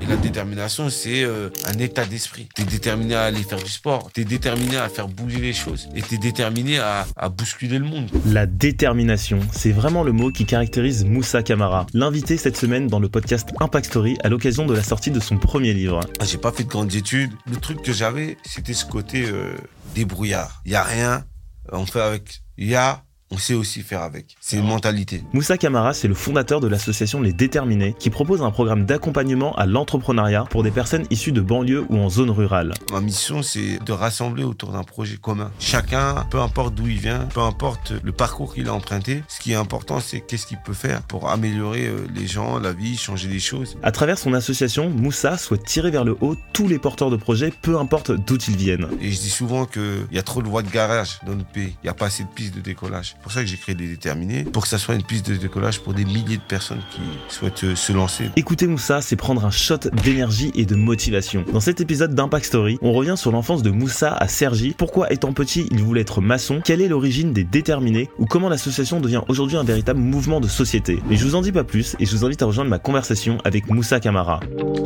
La détermination, c'est un état d'esprit. T'es déterminé à aller faire du sport, t'es déterminé à faire bouger les choses et t'es déterminé à bousculer le monde. La détermination, c'est vraiment le mot qui caractérise Moussa Camara, l'invité cette semaine dans le podcast Impact Story à l'occasion de la sortie de son premier livre. J'ai pas fait de grandes études. Le truc que j'avais, c'était ce côté débrouillard. Il y a rien, on fait avec. On sait aussi faire avec. C'est une mentalité. Moussa Camara, c'est le fondateur de l'association Les Déterminés, qui propose un programme d'accompagnement à l'entrepreneuriat pour des personnes issues de banlieues ou en zone rurale. Ma mission, c'est de rassembler autour d'un projet commun. Chacun, peu importe d'où il vient, peu importe le parcours qu'il a emprunté, ce qui est important, c'est qu'est-ce qu'il peut faire pour améliorer les gens, la vie, changer les choses. À travers son association, Moussa souhaite tirer vers le haut tous les porteurs de projets, peu importe d'où ils viennent. Et je dis souvent qu'il y a trop de voies de garage dans notre pays. Il n'y a pas assez de pistes de décollage. C'est pour ça que j'ai créé Les Déterminés, pour que ça soit une piste de décollage pour des milliers de personnes qui souhaitent se lancer. Écouter Moussa, c'est prendre un shot d'énergie et de motivation. Dans cet épisode d'Impact Story, on revient sur l'enfance de Moussa à Cergy, pourquoi étant petit il voulait être maçon, quelle est l'origine des Déterminés, ou comment l'association devient aujourd'hui un véritable mouvement de société. Mais je vous en dis pas plus et je vous invite à rejoindre ma conversation avec Moussa Camara.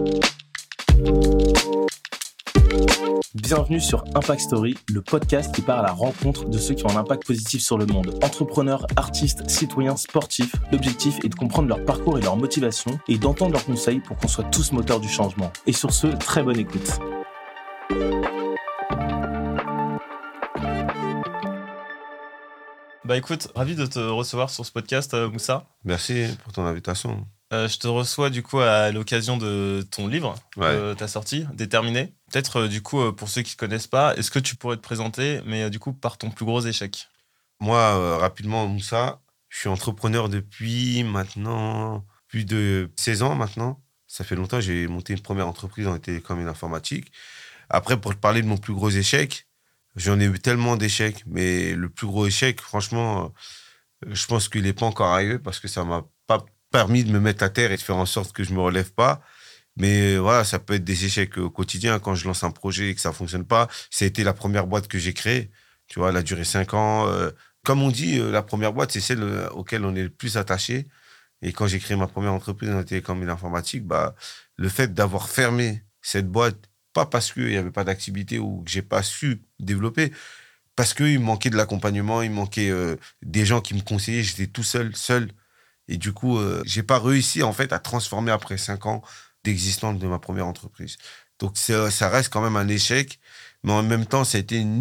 Bienvenue sur Impact Story, le podcast qui part à la rencontre de ceux qui ont un impact positif sur le monde. Entrepreneurs, artistes, citoyens, sportifs, l'objectif est de comprendre leur parcours et leur motivation et d'entendre leurs conseils pour qu'on soit tous moteurs du changement. Et sur ce, très bonne écoute. Bah écoute, ravi de te recevoir sur ce podcast, Moussa. Merci pour ton invitation. Je te reçois du coup à l'occasion de ton livre que tu as sorti, Déterminé. Peut-être du coup, pour ceux qui ne connaissent pas, est-ce que tu pourrais te présenter, mais du coup par ton plus gros échec? Moi, rapidement, Moussa, je suis entrepreneur depuis maintenant plus de 16 ans maintenant. Ça fait longtemps, j'ai monté une première entreprise dans les télécoms et l'informatique. Après, pour te parler de mon plus gros échec, j'en ai eu tellement d'échecs, mais le plus gros échec, franchement, je pense qu'il n'est pas encore arrivé parce que ça m'a pas permis de me mettre à terre et de faire en sorte que je me relève pas. Mais voilà, ça peut être des échecs au quotidien quand je lance un projet et que ça fonctionne pas. Ça a été la première boîte que j'ai créée. Tu vois, elle a duré 5 ans. Comme on dit, la première boîte, c'est celle auquel on est le plus attaché. Et quand j'ai créé ma première entreprise dans la télécom et l'informatique, bah, le fait d'avoir fermé cette boîte, pas parce qu'il n'y avait pas d'activité ou que j'ai pas su développer, parce qu'il me manquait de l'accompagnement, il me manquait des gens qui me conseillaient, j'étais tout seul. Et du coup, j'ai pas réussi en fait à transformer après 5 ans d'existence de ma première entreprise. Donc ça reste quand même un échec, mais en même temps, c'était une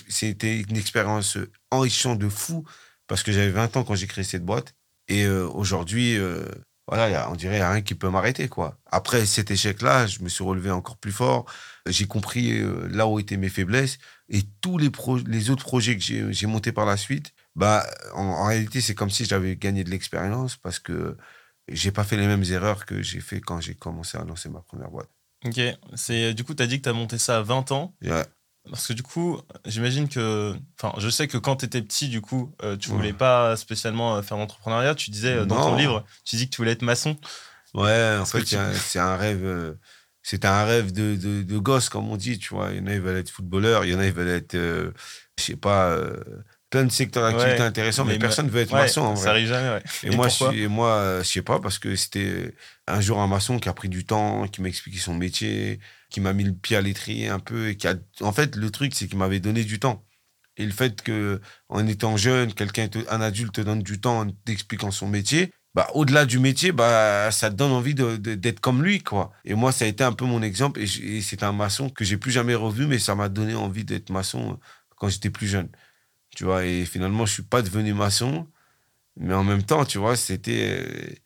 expérience enrichissante de fou parce que j'avais 20 ans quand j'ai créé cette boîte et aujourd'hui, voilà, on dirait qu'il n'y a rien qui peut m'arrêter, quoi. Après cet échec-là, je me suis relevé encore plus fort. J'ai compris là où étaient mes faiblesses et tous les autres projets que j'ai montés par la suite. Bah, en réalité, c'est comme si j'avais gagné de l'expérience parce que j'ai pas fait les mêmes erreurs que j'ai fait quand j'ai commencé à lancer ma première boîte. Ok, du coup, tu as dit que tu as monté ça à 20 ans. Ouais. Parce que du coup, j'imagine que... Enfin, je sais que quand tu étais petit, du coup, tu voulais pas spécialement faire d'entrepreneuriat. Tu disais dans ton livre, tu dis que tu voulais être maçon. Ouais, en fait, c'est un rêve... C'était un rêve de gosse, comme on dit, tu vois. Il y en a, ils veulent être footballeurs, il y en a, ils veulent être, je sais pas, plein de secteurs d'activité intéressants, mais personne ne veut être maçon, en vrai. Ça arrive jamais, ouais. Et moi, je sais pas, parce que c'était un jour un maçon qui a pris du temps, qui m'a expliqué son métier, qui m'a mis le pied à l'étrier un peu, et en fait, le truc, c'est qu'il m'avait donné du temps. Et le fait que, en étant jeune, un adulte te donne du temps en t'expliquant son métier, bah, au-delà du métier, bah, ça te donne envie d'être comme lui, quoi. Et moi, ça a été un peu mon exemple. Et c'est un maçon que j'ai plus jamais revu, mais ça m'a donné envie d'être maçon quand j'étais plus jeune. Tu vois, et finalement, je suis pas devenu maçon, mais en même temps, tu vois, c'était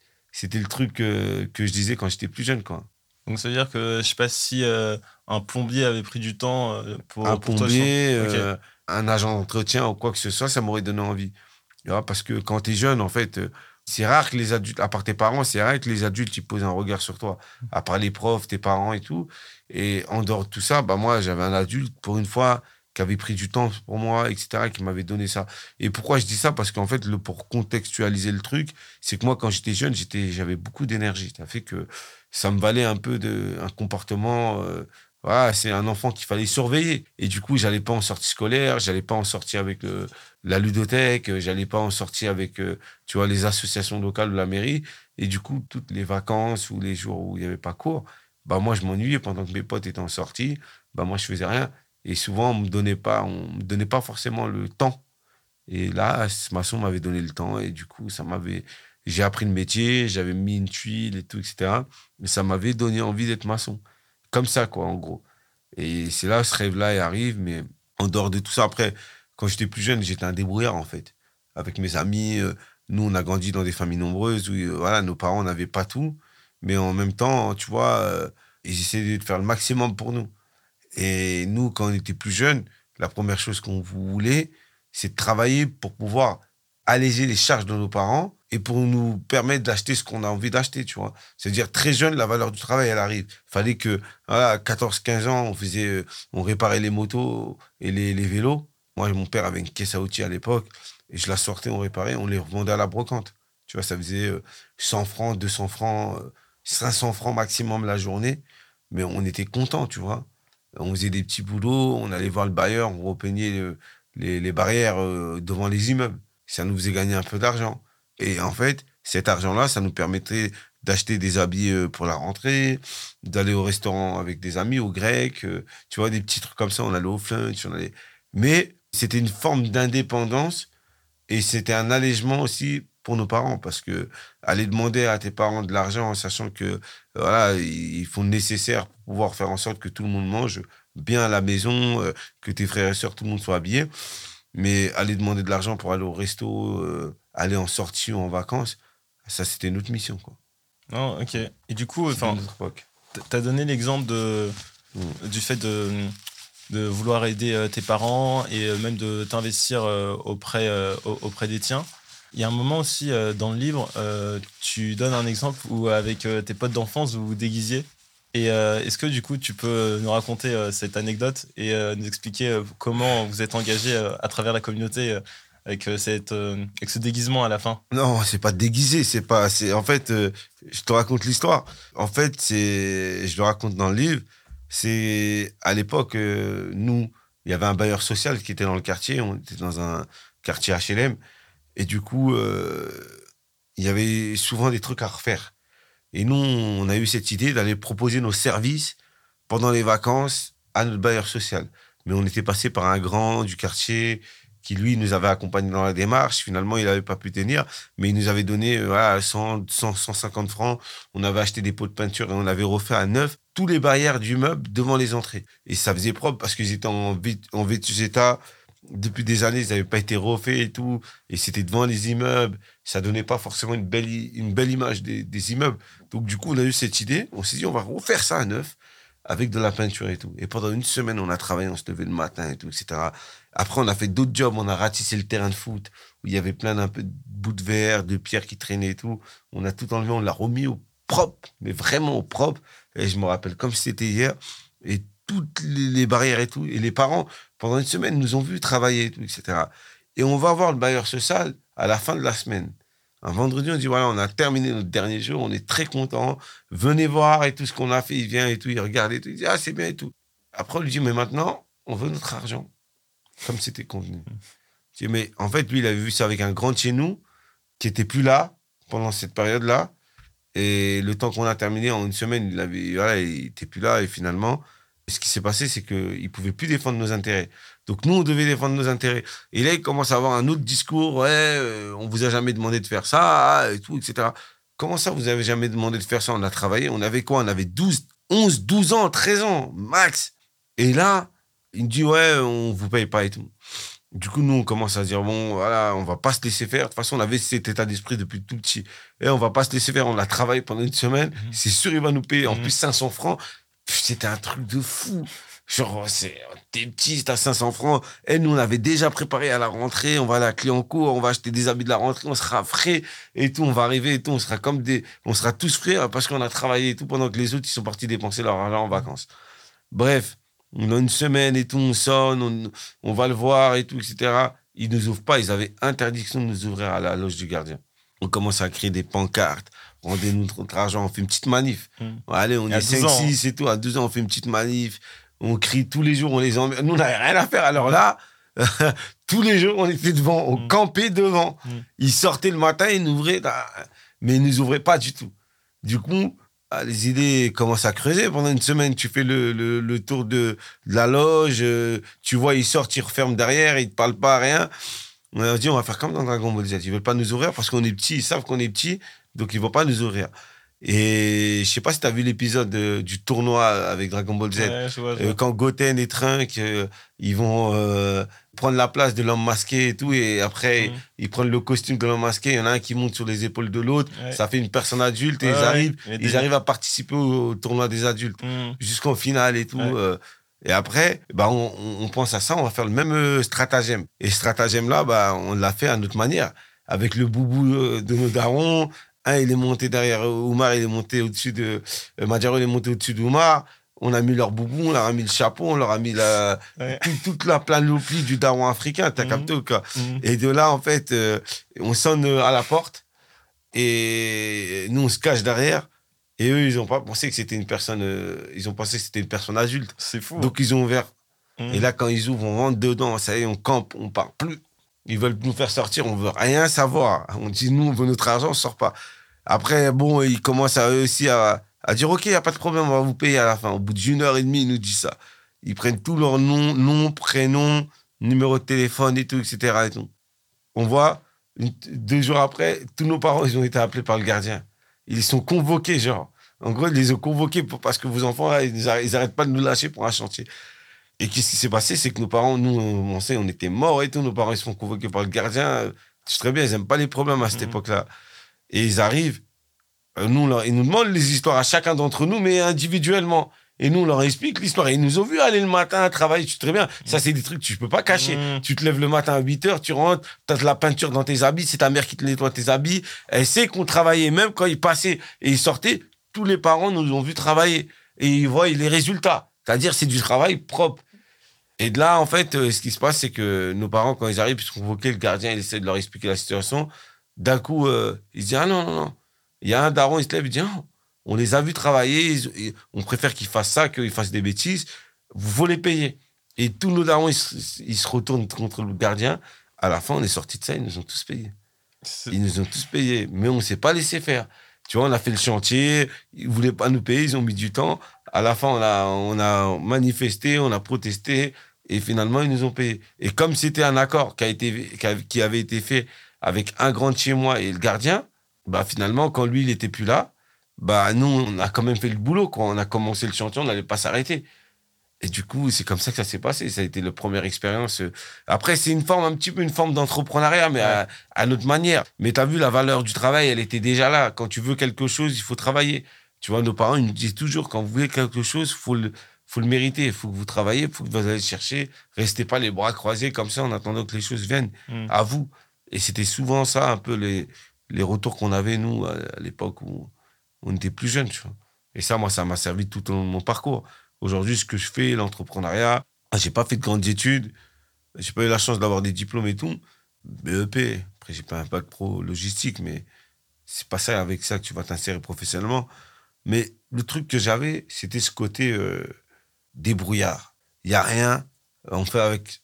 le truc que je disais quand j'étais plus jeune, quoi. Donc, ça veut dire que, je sais pas si un plombier avait pris du temps pour un plombier, toi. Un agent d'entretien ou quoi que ce soit, ça m'aurait donné envie. Tu vois, parce que quand tu es jeune, en fait, c'est rare que les adultes, à part tes parents, c'est rare que les adultes ils posent un regard sur toi. À part les profs, tes parents et tout. Et en dehors de tout ça, bah moi, j'avais un adulte, pour une fois, qui avait pris du temps pour moi, etc., qui m'avait donné ça. Et pourquoi je dis ça? Parce qu'en fait, pour contextualiser le truc, c'est que moi, quand j'étais jeune, j'avais beaucoup d'énergie. Ça fait que ça me valait un peu un comportement... voilà, c'est un enfant qu'il fallait surveiller. Et du coup, j'allais pas en sortie scolaire, j'allais pas en sortie avec la ludothèque, j'allais pas en sortie avec, tu vois, les associations locales de la mairie. Et du coup, toutes les vacances ou les jours où il y avait pas cours, bah moi, je m'ennuyais pendant que mes potes étaient en sortie. Bah moi, je faisais rien. Et souvent, on me donnait pas forcément le temps. Et là, ce maçon m'avait donné le temps. Et du coup, j'ai appris le métier, j'avais mis une tuile et tout, etc. Mais ça m'avait donné envie d'être maçon. Comme ça, quoi, en gros. Et c'est là, ce rêve-là arrive. Mais en dehors de tout ça, après, quand j'étais plus jeune, j'étais un débrouillard, en fait. Avec mes amis, nous, on a grandi dans des familles nombreuses où, voilà, nos parents n'avaient pas tout. Mais en même temps, tu vois, ils essayaient de faire le maximum pour nous. Et nous, quand on était plus jeunes, la première chose qu'on voulait, c'est de travailler pour pouvoir alléger les charges de nos parents et pour nous permettre d'acheter ce qu'on a envie d'acheter, tu vois. C'est-à-dire, très jeune, la valeur du travail, elle arrive. Fallait que, voilà, à 14-15 ans, on réparait les motos et les vélos. Moi, mon père avait une caisse à outils à l'époque et je la sortais, on réparait, on les revendait à la brocante. Tu vois, ça faisait 100 francs, 200 francs, 500 francs maximum la journée. Mais on était contents, tu vois. On faisait des petits boulots, on allait voir le bailleur, on repeignait les barrières devant les immeubles. Ça nous faisait gagner un peu d'argent. Et en fait, cet argent-là, ça nous permettait d'acheter des habits pour la rentrée, d'aller au restaurant avec des amis, au grec, tu vois, des petits trucs comme ça. On allait au flunch, Mais c'était une forme d'indépendance et c'était un allègement aussi pour nos parents, parce que aller demander à tes parents de l'argent en sachant que voilà, ils font le nécessaire pour pouvoir faire en sorte que tout le monde mange bien à la maison, que tes frères et sœurs, tout le monde soit habillé. Mais aller demander de l'argent pour aller au resto, aller en sortie ou en vacances, ça, c'était notre mission, quoi. Non, ok. Et du coup, C'était enfin, notre époque. t'as donné l'exemple du fait de vouloir aider tes parents et même de t'investir auprès des tiens. Il y a un moment aussi dans le livre, tu donnes un exemple où avec tes potes d'enfance, vous vous déguisiez. Et est-ce que du coup, tu peux nous raconter cette anecdote et nous expliquer comment vous êtes engagé à travers la communauté avec ce déguisement à la fin? Non, c'est pas déguisé, c'est pas. En fait, je te raconte l'histoire. En fait, je le raconte dans le livre. C'est à l'époque, nous, il y avait un bailleur social qui était dans le quartier. On était dans un quartier HLM. Et du coup, il y avait souvent des trucs à refaire. Et nous, on a eu cette idée d'aller proposer nos services pendant les vacances à notre bailleur social. Mais on était passé par un grand du quartier qui, lui, nous avait accompagnés dans la démarche. Finalement, il n'avait pas pu tenir, mais il nous avait donné voilà, 150 francs. On avait acheté des pots de peinture et on avait refait à neuf tous les barrières du meuble devant les entrées. Et ça faisait propre parce qu'ils étaient en vétus état. Depuis des années, ils n'avaient pas été refaits et tout. Et c'était devant les immeubles. Ça donnait pas forcément une belle image des immeubles. Donc, du coup, on a eu cette idée. On s'est dit, on va refaire ça à neuf avec de la peinture et tout. Et pendant une semaine, on a travaillé, on se levait le matin et tout, etc. Après, on a fait d'autres jobs. On a ratissé le terrain de foot où il y avait plein d'un peu de bouts de verre, de pierres qui traînaient et tout. On a tout enlevé, on l'a remis au propre, mais vraiment au propre. Et je me rappelle comme si c'était hier. Et toutes les barrières et tout. Et les parents, pendant une semaine, nous ont vus travailler et tout, etc. Et on va voir le bailleur social à la fin de la semaine. Un vendredi, on dit, voilà, on a terminé notre dernier jour, on est très contents. Venez voir et tout ce qu'on a fait. Il vient et tout, il regarde et tout. Il dit, ah, c'est bien et tout. Après, on lui dit, mais maintenant, on veut notre argent. Comme c'était convenu. Je dis, mais en fait, lui, il avait vu ça avec un grand de chez nous qui était plus là pendant cette période-là. Et le temps qu'on a terminé, en une semaine, il était plus là. Et finalement, ce qui s'est passé, c'est qu'il ne pouvait plus défendre nos intérêts. Donc, nous, on devait défendre nos intérêts. Et là, il commence à avoir un autre discours. Ouais, on vous a jamais demandé de faire ça, et tout, etc. Comment ça, vous avez jamais demandé de faire ça? On a travaillé. On avait quoi? On avait 12 ans, 13 ans, max. Et là, il me dit, ouais, on vous paye pas et tout. Du coup, nous, on commence à dire, bon, voilà, on va pas se laisser faire. De toute façon, on avait cet état d'esprit depuis tout petit. Et on va pas se laisser faire. On a travaillé pendant une semaine. C'est sûr, il va nous payer. En plus, 500 francs. C'était un truc de fou. Genre, t'es petit, t'as 500 francs. Et nous, on avait déjà préparé à la rentrée. On va aller à Clignancourt, on va acheter des habits de la rentrée, on sera frais et tout. On va arriver et tout. On sera tous frais parce qu'on a travaillé et tout pendant que les autres, ils sont partis dépenser leur argent en vacances. Bref, on a une semaine et tout, on sonne, on va le voir et tout, etc. Ils nous ouvrent pas. Ils avaient interdiction de nous ouvrir à la loge du gardien. On commence à créer des pancartes. Rendez-nous notre argent, on fait une petite manif. Allez, on est 5-6 et tout. À 12 ans, on fait une petite manif. On crie tous les jours, on les emmerde. Nous, on n'avait rien à faire. Alors là, tous les jours, on était devant, on campait devant. Ils sortaient le matin, ils nous ouvraient, mais ils ne nous ouvraient pas du tout. Du coup, les idées commencent à creuser. Pendant une semaine, tu fais le tour de la loge, tu vois, ils sortent, ils referment derrière, ils te parlent pas, rien. On a dit, on va faire comme dans Dragon Ball Z. Ils veulent pas nous ouvrir parce qu'on est petits, ils savent qu'on est petits, donc ils vont pas nous ouvrir. Et je sais pas si tu as vu l'épisode du tournoi avec Dragon Ball Z. Ouais, je vois. Quand Goten et Trunks, ils vont prendre la place de l'homme masqué et tout, et après, ils prennent le costume de l'homme masqué, il y en a un qui monte sur les épaules de l'autre, ça fait une personne adulte, et ils arrivent à participer au tournoi des adultes, jusqu'en finale et tout. Et après, bah, on pense à ça, on va faire le même stratagème. Et ce stratagème-là, bah, on l'a fait à notre manière, avec le boubou de nos darons. Un, il est monté derrière Oumar, il est monté au-dessus de... Madjaro, il est monté au-dessus d'Oumar. On a mis leur boubou, on leur a mis le chapeau, on leur a mis toute la planoplie du daron africain, t'as capté ou quoi. Et de là, en fait, on sonne à la porte et nous, on se cache derrière. Et eux, ils n'ont pas pensé que c'était une personne... ils ont pensé que c'était une personne adulte. C'est fou. Donc, ils ont ouvert. Et là, quand ils ouvrent, on rentre dedans, ça y est, on campe, on part plus. Ils veulent nous faire sortir, on veut rien savoir. On dit, nous, on veut notre argent, on sort pas. Après, bon, ils commencent à eux aussi à dire, OK, il n'y a pas de problème, on va vous payer à la fin. Au bout d'1h30, ils nous disent ça. Ils prennent tous leurs noms, prénoms, numéro de téléphone et tout, etc. Et tout. On voit, 2 jours après, tous nos parents, ils ont été appelés par le gardien. Ils sont convoqués, genre. En gros, ils les ont convoqués parce que vos enfants, là, ils n'arrêtent pas de nous lâcher pour un chantier. Et qu'est-ce qui s'est passé? C'est que nos parents, nous, on sait, on était morts et tout. Nos parents, ils se font convoquer par le gardien. Tu sais très bien, ils n'aiment pas les problèmes à cette époque-là. Et ils arrivent. Ils nous demandent les histoires à chacun d'entre nous, mais individuellement. Et nous, on leur explique l'histoire. Et ils nous ont vu aller le matin à travailler. Tu sais très bien. Ça, c'est des trucs que tu ne peux pas cacher. Tu te lèves le matin à 8h, tu rentres, tu as de la peinture dans tes habits. C'est ta mère qui te nettoie tes habits. Elle sait qu'on travaillait. Même quand ils passaient et ils sortaient, tous les parents nous ont vu travailler. Et ils voient les résultats. C'est-à-dire, c'est du travail propre. Et de là, en fait, ce qui se passe, c'est que nos parents, quand ils arrivent, ils sont convoqués, le gardien, il essaie de leur expliquer la situation. D'un coup, il se dit, ah non. Il y a un daron, il se lève, il dit, non, on les a vus travailler, on préfère qu'ils fassent ça qu'ils fassent des bêtises, vous les payer. Et tous nos darons, ils se retournent contre le gardien. À la fin, on est sortis de ça, ils nous ont tous payés. Ils nous ont tous payés, mais on ne s'est pas laissé faire. Tu vois, on a fait le chantier, ils ne voulaient pas nous payer, ils ont mis du temps. À la fin, on a manifesté, on a protesté, et finalement, ils nous ont payés. Et comme c'était un accord qui avait été fait avec un grand de chez moi et le gardien, bah finalement, quand lui, il n'était plus là, bah nous, on a quand même fait le boulot, quoi. On a commencé le chantier, on n'allait pas s'arrêter. Et du coup, c'est comme ça que ça s'est passé. Ça a été la première expérience. Après, c'est un petit peu une forme d'entrepreneuriat, mais à notre manière. Mais tu as vu, la valeur du travail, elle était déjà là. Quand tu veux quelque chose, il faut travailler. Tu vois, nos parents, ils nous disent toujours, quand vous voulez quelque chose, faut le mériter. Il faut que vous travaillez, il faut que vous allez chercher. Restez pas les bras croisés comme ça en attendant que les choses viennent à vous. Et c'était souvent ça, un peu les retours qu'on avait, nous, à l'époque où on était plus jeunes. Tu vois. Et ça, moi, ça m'a servi tout au long de mon parcours. Aujourd'hui, ce que je fais, l'entrepreneuriat, j'ai pas fait de grandes études, j'ai pas eu la chance d'avoir des diplômes et tout. BEP, après, j'ai pas un bac pro logistique, mais c'est pas ça avec ça que tu vas t'insérer professionnellement. Mais le truc que j'avais, c'était ce côté débrouillard. Il y a rien, on fait avec.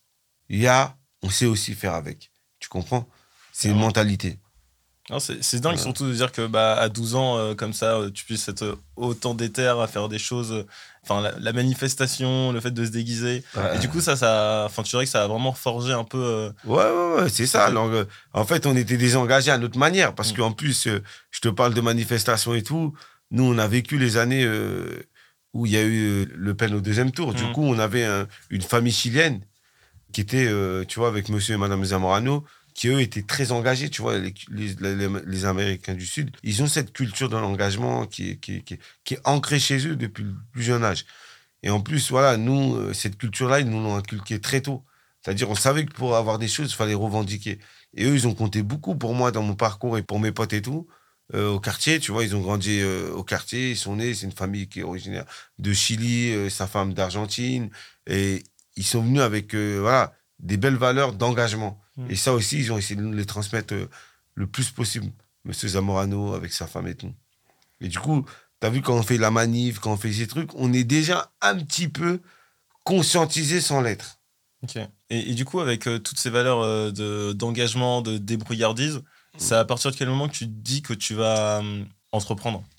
On sait aussi faire avec. Tu comprends? C'est une mentalité. Non, c'est dingue surtout de dire que à 12 ans, comme ça, tu puisses être autant déter à faire des choses, enfin la manifestation, le fait de se déguiser. Et du coup, tu dirais que ça a vraiment forgé un peu... Ouais, c'est ça. Alors, en fait, on était désengagés à notre manière, parce qu'en plus, je te parle de manifestation et tout, nous, on a vécu les années où il y a eu Le Pen au deuxième tour. Du coup, on avait une famille chilienne qui était, tu vois, avec monsieur et madame Zamorano, qui, eux, étaient très engagés, tu vois, les Américains du Sud. Ils ont cette culture de l'engagement qui est ancrée chez eux depuis le plus jeune âge. Et en plus, voilà, nous, cette culture-là, ils nous l'ont inculquée très tôt. C'est-à-dire, on savait que pour avoir des choses, il fallait revendiquer. Et eux, ils ont compté beaucoup pour moi dans mon parcours et pour mes potes et tout. Au quartier, tu vois, ils ont grandi au quartier, ils sont nés, c'est une famille qui est originaire de Chili, sa femme d'Argentine. Et ils sont venus avec, voilà, des belles valeurs d'engagement. Et ça aussi, ils ont essayé de nous les transmettre le plus possible. Monsieur Zamorano avec sa femme et tout. Et du coup, tu as vu, quand on fait la manif, quand on fait ces trucs, on est déjà un petit peu conscientisé sans l'être. Ok. Et du coup, avec toutes ces valeurs d'engagement, de débrouillardise, c'est à partir de quel moment que tu te dis que tu vas entreprendre?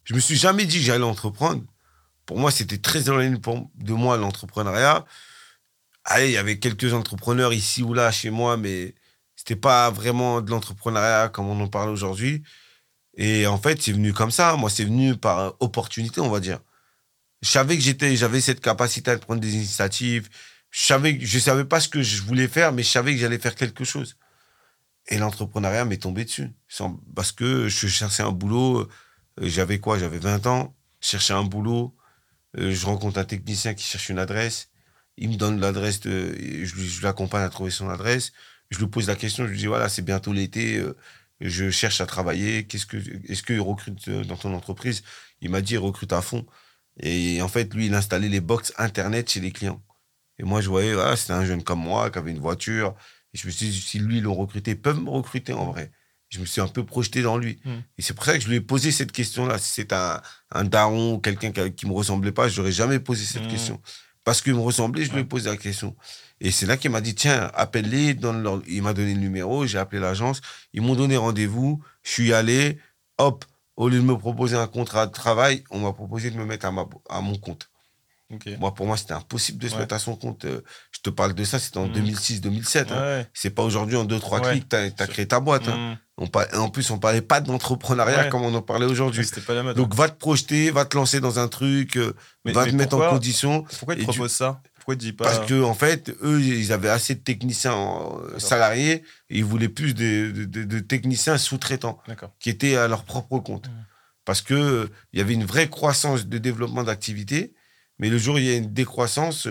Je me suis jamais dit que j'allais entreprendre. Pour moi, c'était très éloigné de moi, l'entrepreneuriat. Allez, il y avait quelques entrepreneurs ici ou là chez moi, mais c'était pas vraiment de l'entrepreneuriat comme on en parle aujourd'hui. Et en fait, c'est venu comme ça. Moi, c'est venu par opportunité, on va dire. Je savais que j'avais cette capacité à prendre des initiatives. Je savais pas ce que je voulais faire, mais je savais que j'allais faire quelque chose. Et l'entrepreneuriat m'est tombé dessus. Parce que je cherchais un boulot. J'avais quoi? J'avais 20 ans. Je cherchais un boulot. Je rencontre un technicien qui cherche une adresse. Il me donne l'adresse. Je l'accompagne à trouver son adresse. Je lui pose la question. Je lui dis, voilà, c'est bientôt l'été. Je cherche à travailler. Est-ce qu'il recrute dans ton entreprise? Il m'a dit, il recrute à fond. Et en fait, lui, il installait les box Internet chez les clients. Et moi, je voyais, c'était un jeune comme moi qui avait une voiture. Et je me suis dit, si lui, ils l'ont recruté, ils peuvent me recruter en vrai. Je me suis un peu projeté dans lui. Et c'est pour ça que je lui ai posé cette question-là. Si c'était un daron ou quelqu'un qui ne me ressemblait pas, je n'aurais jamais posé cette question. Parce qu'il me ressemblait, je lui ai posé la question. Et c'est là qu'il m'a dit, tiens, appelle-les. Il m'a donné le numéro, j'ai appelé l'agence. Ils m'ont donné rendez-vous. Je suis allé. Hop, au lieu de me proposer un contrat de travail, on m'a proposé de me mettre à mon compte. Okay. Moi, pour moi, c'était impossible de se mettre à son compte. Je te parle de ça, c'était en 2006-2007. Hein. C'est pas aujourd'hui en 2-3 clics, t'as créé ta boîte. Hein. En plus, on parlait pas d'entrepreneuriat comme on en parlait aujourd'hui. C'était pas la mode. Donc, va te projeter, va te lancer dans un truc, va te mettre en condition. Pourquoi ils te proposent ça? Pourquoi ils te disent pas... Parce que, en fait, eux, ils avaient assez de techniciens salariés et ils voulaient plus de techniciens sous-traitants qui étaient à leur propre compte. Parce qu'il y avait une vraie croissance de développement d'activité. Mais le jour où il y a une décroissance,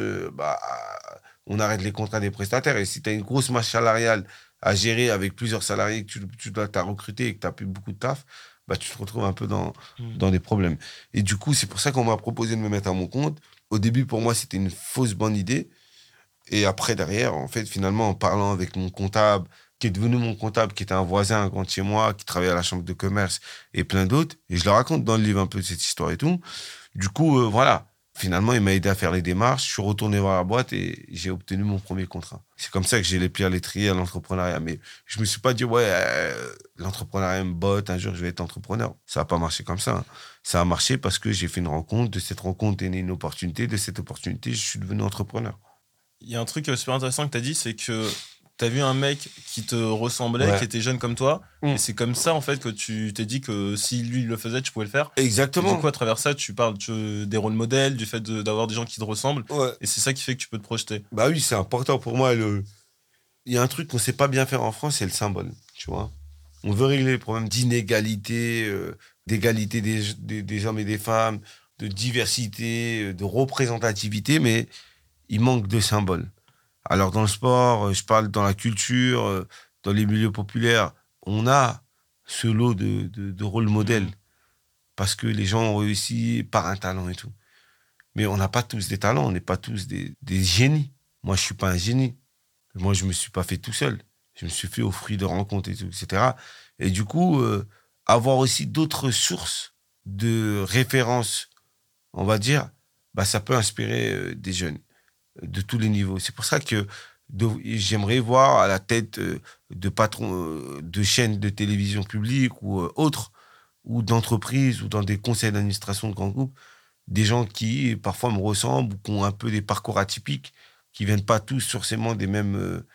on arrête les contrats des prestataires. Et si tu as une grosse masse salariale à gérer avec plusieurs salariés que tu dois recruter et que tu n'as plus beaucoup de taf, tu te retrouves un peu dans des problèmes. Et du coup, c'est pour ça qu'on m'a proposé de me mettre à mon compte. Au début, pour moi, c'était une fausse bonne idée. Et après, derrière, en fait, finalement, en parlant avec mon comptable, qui est devenu mon comptable, qui était un voisin de chez moi, qui travaillait à la chambre de commerce et plein d'autres, et je le raconte dans le livre un peu de cette histoire et tout. Du coup, voilà. Finalement, il m'a aidé à faire les démarches. Je suis retourné voir la boîte et j'ai obtenu mon premier contrat. C'est comme ça que j'ai les pieds à l'étrier à l'entrepreneuriat. Mais je me suis pas dit, l'entrepreneuriat me botte, un jour je vais être entrepreneur. Ça n'a pas marché comme ça. Hein. Ça a marché parce que j'ai fait une rencontre. De cette rencontre est née une opportunité. De cette opportunité, je suis devenu entrepreneur. Il y a un truc super intéressant que tu as dit, c'est que tu as vu un mec qui te ressemblait, qui était jeune comme toi, et c'est comme ça en fait que tu t'es dit que si lui il le faisait, tu pouvais le faire. Exactement. Et du coup, à travers ça, tu parles des rôles modèles, du fait d'avoir des gens qui te ressemblent, et c'est ça qui fait que tu peux te projeter. Bah oui, c'est important pour moi. Il y a un truc qu'on sait pas bien faire en France, c'est le symbole, tu vois. On veut régler les problèmes d'inégalité, d'égalité des hommes et des femmes, de diversité, de représentativité, mais il manque de symboles. Alors, dans le sport, je parle dans la culture, dans les milieux populaires, on a ce lot de rôles modèles parce que les gens ont réussi par un talent et tout. Mais on n'a pas tous des talents, on n'est pas tous des génies. Moi, je ne suis pas un génie. Moi, je ne me suis pas fait tout seul. Je me suis fait au fruit de rencontres et tout, etc. Et du coup, avoir aussi d'autres sources de référence, on va dire, ça peut inspirer des jeunes de tous les niveaux. C'est pour ça que j'aimerais voir à la tête de patrons de chaînes de télévision publiques ou autres, ou d'entreprises, ou dans des conseils d'administration de grands groupes, des gens qui parfois me ressemblent ou qui ont un peu des parcours atypiques, qui ne viennent pas tous forcément des mêmes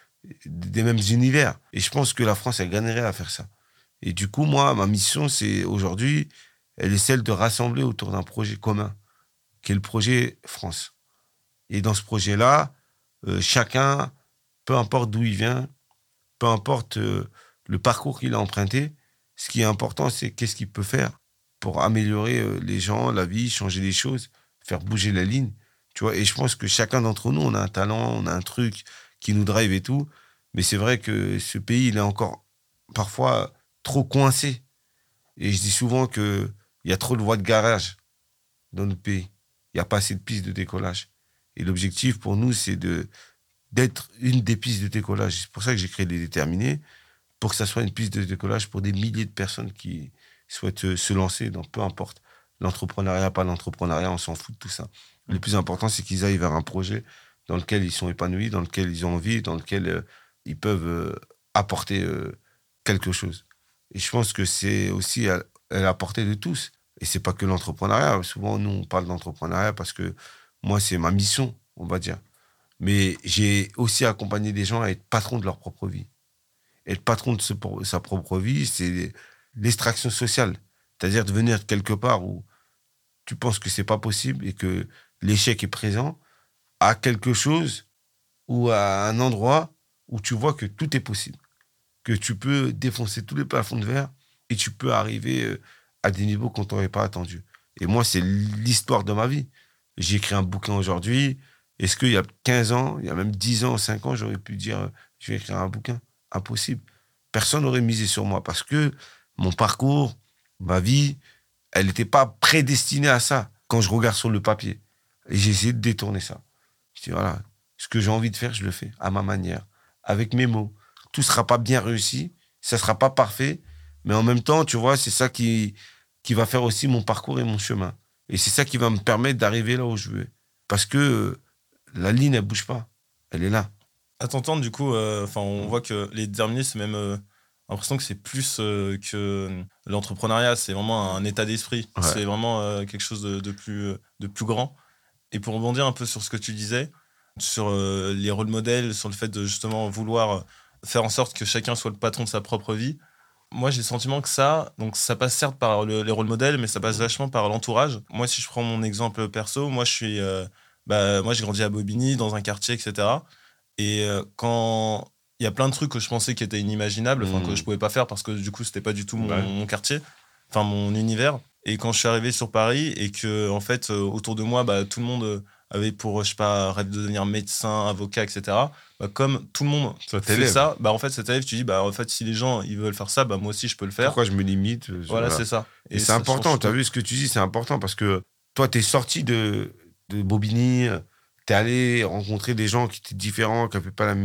univers. Et je pense que la France, elle gagnerait à faire ça. Et du coup, moi, ma mission, c'est aujourd'hui, elle est celle de rassembler autour d'un projet commun, qui est le projet France. Et dans ce projet-là, chacun, peu importe d'où il vient, peu importe le parcours qu'il a emprunté, ce qui est important, c'est qu'est-ce qu'il peut faire pour améliorer les gens, la vie, changer les choses, faire bouger la ligne. Tu vois. Et je pense que chacun d'entre nous, on a un talent, on a un truc qui nous drive et tout. Mais c'est vrai que ce pays, il est encore parfois trop coincé. Et je dis souvent qu'il y a trop de voies de garage dans notre pays. Il n'y a pas assez de pistes de décollage. Et l'objectif pour nous, c'est d'être une des pistes de décollage. C'est pour ça que j'ai créé Les Déterminés, pour que ça soit une piste de décollage pour des milliers de personnes qui souhaitent se lancer dans peu importe. L'entrepreneuriat, pas l'entrepreneuriat, on s'en fout de tout ça. Le plus important, c'est qu'ils aillent vers un projet dans lequel ils sont épanouis, dans lequel ils ont envie, dans lequel ils peuvent apporter quelque chose. Et je pense que c'est aussi à la portée de tous. Et c'est pas que l'entrepreneuriat. Souvent, nous, on parle d'entrepreneuriat parce que moi, c'est ma mission, on va dire. Mais j'ai aussi accompagné des gens à être patrons de leur propre vie. Être patron de sa propre vie, c'est l'extraction sociale. C'est-à-dire de venir quelque part où tu penses que c'est pas possible et que l'échec est présent, à quelque chose ou à un endroit où tu vois que tout est possible. Que tu peux défoncer tous les plafonds de verre et tu peux arriver à des niveaux qu'on t'aurait pas attendu. Et moi, c'est l'histoire de ma vie. J'ai écrit un bouquin aujourd'hui. Est-ce qu'il y a 15 ans, il y a même 10 ans, 5 ans, j'aurais pu dire je vais écrire un bouquin? Impossible. Personne n'aurait misé sur moi parce que mon parcours, ma vie, elle n'était pas prédestinée à ça quand je regarde sur le papier. Et j'ai essayé de détourner ça. Je dis voilà, ce que j'ai envie de faire, je le fais à ma manière, avec mes mots. Tout ne sera pas bien réussi, ça ne sera pas parfait, mais en même temps, tu vois, c'est ça qui va faire aussi mon parcours et mon chemin. Et c'est ça qui va me permettre d'arriver là où je veux. Parce que la ligne, elle ne bouge pas. Elle est là. À t'entendre, du coup, on voit que les déterminés, c'est même l'impression que c'est plus que l'entrepreneuriat, c'est vraiment un état d'esprit. Ouais. C'est vraiment quelque chose de plus grand. Et pour rebondir un peu sur ce que tu disais, sur les rôles modèles, sur le fait de justement vouloir faire en sorte que chacun soit le patron de sa propre vie, moi j'ai le sentiment que ça passe certes par les rôles modèles, mais ça passe vachement par l'entourage. Moi, si je prends mon exemple perso, moi j'ai grandi à Bobigny, dans un quartier, etc. Et quand il y a plein de trucs que je pensais qui étaient inimaginables, que je pouvais pas faire parce que du coup c'était pas du tout mon quartier, mon univers. Et quand je suis arrivé sur Paris et que en fait autour de moi tout le monde avait pour rêve de devenir médecin, avocat, etc. Comme tout le monde fait ça, en fait ça t'élève, tu dis en fait si les gens ils veulent faire ça, moi aussi je peux le faire. Pourquoi je me limite? Voilà, c'est ça. Et c'est important, tu as vu ce que tu dis, c'est important parce que toi t'es sorti de Bobigny, t'es allé rencontrer des gens qui étaient différents, qui n'avaient pas la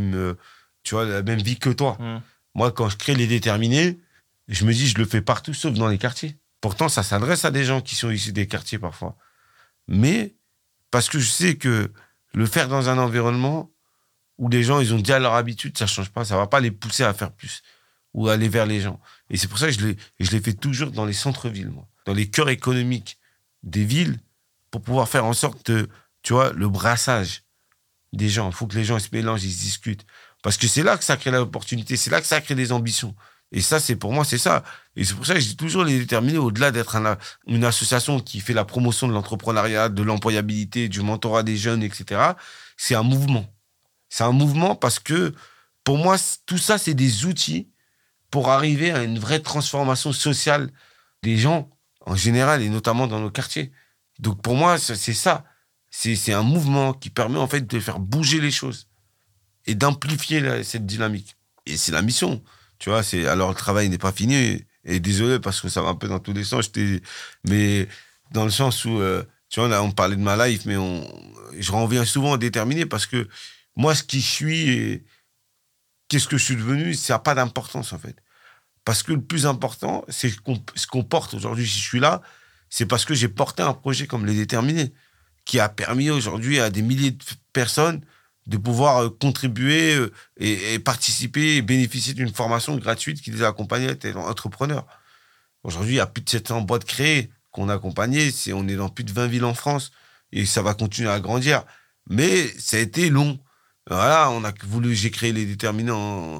même vie que toi. Moi, quand je crée les déterminés, je me dis, je le fais partout, sauf dans les quartiers. Pourtant, ça s'adresse à des gens qui sont issus des quartiers parfois. Mais parce que je sais que le faire dans un environnement où les gens, ils ont déjà leur habitude, ça ne change pas, ça ne va pas les pousser à faire plus ou à aller vers les gens. Et c'est pour ça que je les fais toujours dans les centres-villes, moi, dans les cœurs économiques des villes, pour pouvoir faire en sorte de, tu vois, le brassage des gens. Il faut que les gens ils se mélangent, ils se discutent. Parce que c'est là que ça crée l'opportunité, c'est là que ça crée des ambitions. Et ça, pour moi, c'est ça. Et c'est pour ça que je dis toujours les déterminés, au-delà d'être une association qui fait la promotion de l'entrepreneuriat, de l'employabilité, du mentorat des jeunes, etc., c'est un mouvement. C'est un mouvement parce que, pour moi, tout ça, c'est des outils pour arriver à une vraie transformation sociale des gens, en général, et notamment dans nos quartiers. Donc, pour moi, c'est ça. C'est un mouvement qui permet, en fait, de faire bouger les choses et d'amplifier cette dynamique. Et c'est la mission. Tu vois, alors le travail n'est pas fini. Et désolé parce que ça va un peu dans tous les sens. Mais dans le sens où, tu vois, là, on parlait de ma life, mais je reviens souvent déterminé parce que moi, ce qui je suis et qu'est-ce que je suis devenu, ça n'a pas d'importance, en fait. Parce que le plus important, c'est ce qu'on porte aujourd'hui. Si je suis là, c'est parce que j'ai porté un projet comme Les Déterminés, qui a permis aujourd'hui à des milliers de personnes de pouvoir contribuer et participer et bénéficier d'une formation gratuite qui les a accompagnés à être entrepreneurs. Aujourd'hui, il y a plus de 700 boîtes créées qu'on a accompagnées. On est dans plus de 20 villes en France et ça va continuer à grandir. Mais ça a été long. Voilà, j'ai créé Les Déterminés en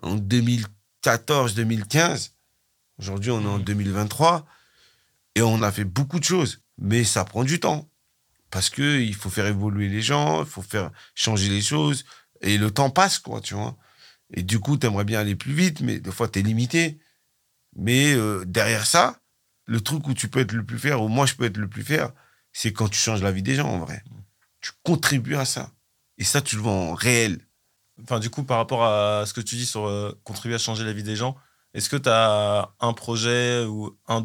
2014, 2015. Aujourd'hui, on est en 2023 et on a fait beaucoup de choses. Mais ça prend du temps. Parce qu'il faut faire évoluer les gens, il faut faire changer les choses. Et le temps passe, quoi, tu vois. Et du coup, tu aimerais bien aller plus vite, mais des fois, tu es limité. Mais derrière ça, le truc où tu peux être le plus fier, où moi, je peux être le plus fier, c'est quand tu changes la vie des gens, en vrai. Tu contribues à ça. Et ça, tu le vois en réel. Du coup, par rapport à ce que tu dis sur contribuer à changer la vie des gens, est-ce que tu as un projet ou un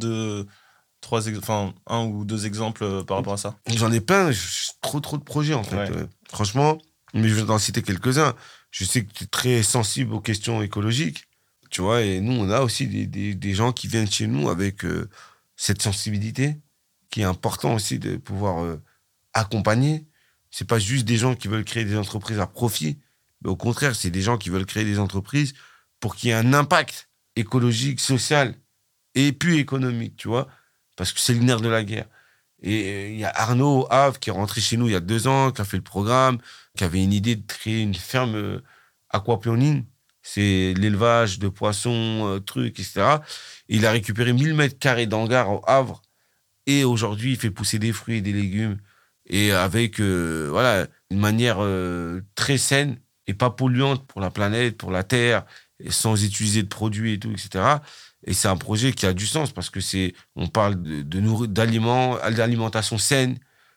ou deux exemples par rapport à ça? J'en ai plein, trop de projets en fait. Ouais. Franchement, mais je vais t'en citer quelques-uns. Je sais que tu es très sensible aux questions écologiques, tu vois, et nous, on a aussi des gens qui viennent chez nous avec cette sensibilité, qui est important aussi de pouvoir accompagner. C'est pas juste des gens qui veulent créer des entreprises à profit, mais au contraire, c'est des gens qui veulent créer des entreprises pour qu'il y ait un impact écologique, social et puis économique, tu vois. parce que c'est le nerf de la guerre. Et il y a Arnaud au Havre qui est rentré chez nous il y a 2 ans, qui a fait le programme, qui avait une idée de créer une ferme aquaponique. C'est l'élevage de poissons, trucs, etc. Et il a récupéré 1000 mètres carrés d'hangar au Havre. Et aujourd'hui, il fait pousser des fruits et des légumes. Et avec voilà, une manière très saine et pas polluante pour la planète, pour la terre, et sans utiliser de produits et tout, etc. Et c'est un projet qui a du sens parce que on parle d'aliments, d'alimentation saine,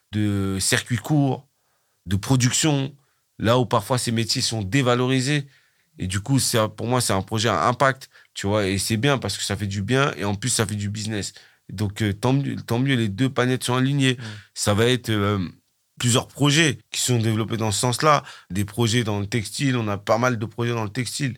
de circuits courts, de production, là où parfois ces métiers sont dévalorisés. Et du coup, pour moi, c'est un projet à impact, tu vois, et c'est bien parce que ça fait du bien et en plus, ça fait du business. Donc, tant mieux, les deux planètes sont alignées. Ça va être plusieurs projets qui sont développés dans ce sens-là. Des projets dans le textile, on a pas mal de projets dans le textile.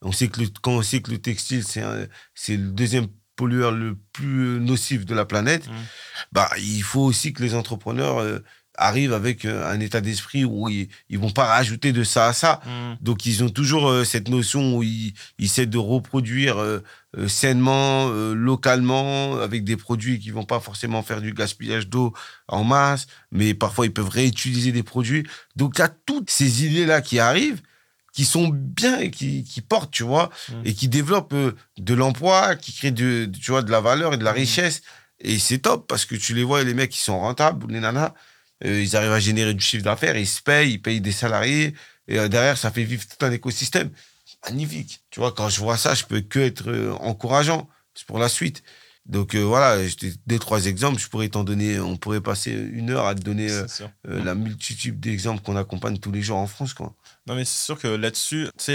Quand on sait que le textile, c'est le deuxième pollueur le plus nocif de la planète, bah, il faut aussi que les entrepreneurs arrivent avec un état d'esprit où ils vont pas rajouter de ça à ça. Donc, ils ont toujours cette notion où ils essaient de reproduire sainement, localement, avec des produits qui vont pas forcément faire du gaspillage d'eau en masse, mais parfois, ils peuvent réutiliser des produits. Donc, il y a toutes ces idées-là qui arrivent, qui sont bien et qui portent, tu vois, et qui développent de l'emploi, qui créent tu vois, de la valeur et de la richesse. Et c'est top parce que tu les vois, les mecs, qui sont rentables, les nanas, ils arrivent à générer du chiffre d'affaires, ils se payent, ils payent des salariés, et derrière, ça fait vivre tout un écosystème. Magnifique. Tu vois, quand je vois ça, je peux que être encourageant. C'est pour la suite. Donc voilà, 2-3 exemples, je pourrais t'en donner, on pourrait passer 1 heure à te donner la multitude d'exemples qu'on accompagne tous les jours en France, quoi. Non, mais c'est sûr que là-dessus, tu sais,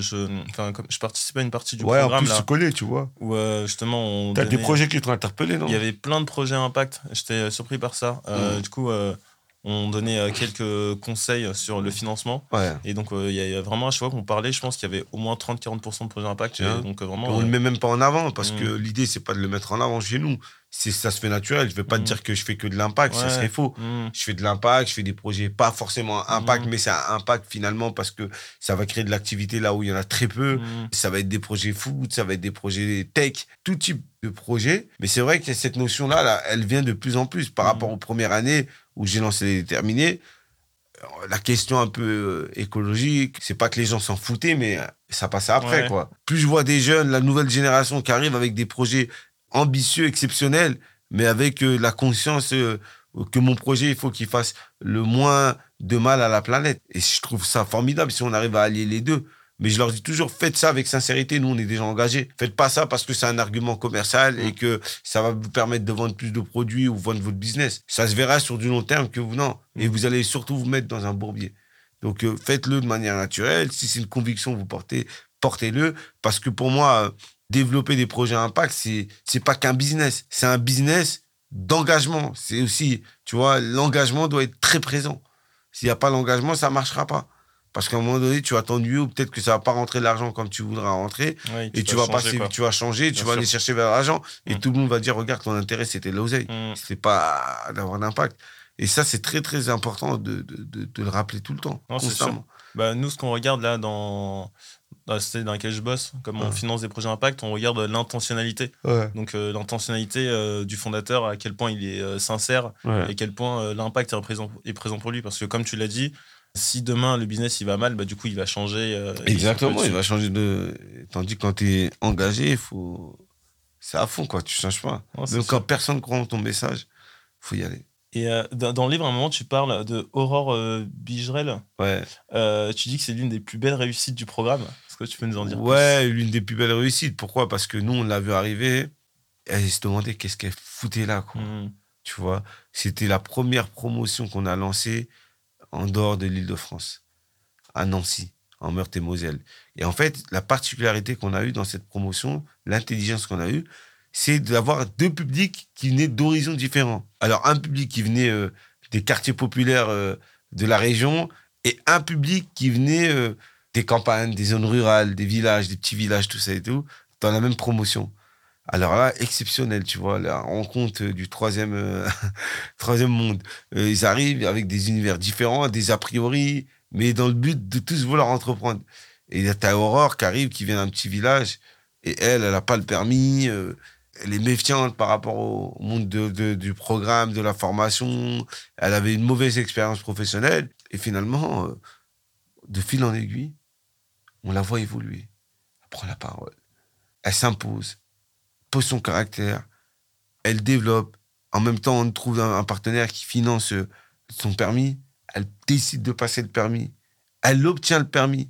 comme je participe à une partie du programme. Ouais, en plus, là, tu connais, tu vois. Où justement, T'as des projets qui t'ont interpellé, non? Il y avait plein de projets impact. J'étais surpris par ça. Du coup, on donnait quelques conseils sur le financement. Ouais. Et donc, il y a vraiment, à chaque fois qu'on parlait, je pense qu'il y avait au moins 30-40% de projets impact. Et donc, vraiment, on ne le met même pas en avant parce que l'idée, c'est pas de le mettre en avant chez nous. Ça se fait naturel. Je vais pas te dire que je fais que de l'impact, ça serait faux. Je fais de l'impact, je fais des projets pas forcément impact, mais c'est un impact finalement parce que ça va créer de l'activité là où il y en a très peu. Ça va être des projets food, ça va être des projets tech, tout type de projet. Mais c'est vrai que cette notion-là, là, elle vient de plus en plus par rapport aux premières années où j'ai lancé les déterminés. La question un peu écologique, c'est pas que les gens s'en foutaient, mais ça passait après, quoi. Plus je vois des jeunes, la nouvelle génération qui arrive avec des projets ambitieux, exceptionnels, mais avec la conscience que mon projet, il faut qu'il fasse le moins de mal à la planète. Et je trouve ça formidable si on arrive à allier les deux. Mais je leur dis toujours, faites ça avec sincérité. Nous, on est déjà engagés. Faites pas ça parce que c'est un argument commercial et que ça va vous permettre de vendre plus de produits ou vendre votre business. Ça se verra sur du long terme que vous, non. Et vous allez surtout vous mettre dans un bourbier. Donc, faites-le de manière naturelle. Si c'est une conviction que vous portez, portez-le. Parce que pour moi, développer des projets à impact, c'est pas qu'un business. C'est un business d'engagement. C'est aussi, tu vois, l'engagement doit être très présent. S'il n'y a pas l'engagement, ça marchera pas. Parce qu'à un moment donné, tu vas t'ennuyer ou peut-être que ça va pas rentrer de l'argent comme tu voudras rentrer. Ouais, et tu vas changer, tu vas aller chercher vers l'argent. Et tout le monde va dire, regarde, ton intérêt, c'était l'oseille. C'était pas d'avoir d'impact. Et ça, c'est très, très important de le rappeler tout le temps, constamment. Bah, nous, ce qu'on regarde là dans la société dans laquelle je bosse, comme on finance des projets impact, on regarde l'intentionnalité. Donc, l'intentionnalité du fondateur, à quel point il est sincère et à quel point l'impact est présent pour lui. Parce que, comme tu l'as dit, si demain le business il va mal, bah, du coup il va changer. Exactement, il va changer de. Tandis que quand tu es engagé, c'est à fond, quoi. Tu changes pas. Donc quand personne croit en ton message, faut y aller. Et dans le livre, à un moment, tu parles de Aurore Bigerel. Ouais. Tu dis que c'est l'une des plus belles réussites du programme. Est-ce que tu peux nous en dire plus? Ouais, l'une des plus belles réussites. Pourquoi? Parce que nous, on l'a vu arriver. Elle se demandait qu'est-ce qu'elle foutait là, quoi. Tu vois, c'était la première promotion qu'on a lancée en dehors de l'Île-de-France, à Nancy, en Meurthe-et-Moselle. Et en fait, la particularité qu'on a eue dans cette promotion, l'intelligence qu'on a eue, c'est d'avoir 2 publics qui venaient d'horizons différents. Alors, un public qui venait des quartiers populaires de la région et un public qui venait des campagnes, des zones rurales, des villages, des petits villages, tout ça et tout, dans la même promotion. Alors là, exceptionnel, tu vois, la rencontre du troisième monde. Ils arrivent avec des univers différents, des a priori, mais dans le but de tous vouloir entreprendre. Et t'as Aurore qui arrive, qui vient d'un petit village, et elle n'a pas le permis, Elle est méfiante par rapport au monde du programme, de la formation. Elle avait une mauvaise expérience professionnelle. Et finalement, de fil en aiguille, on la voit évoluer. Elle prend la parole. Elle s'impose, pose son caractère. Elle développe. En même temps, on trouve un partenaire qui finance son permis. Elle décide de passer le permis. Elle obtient le permis.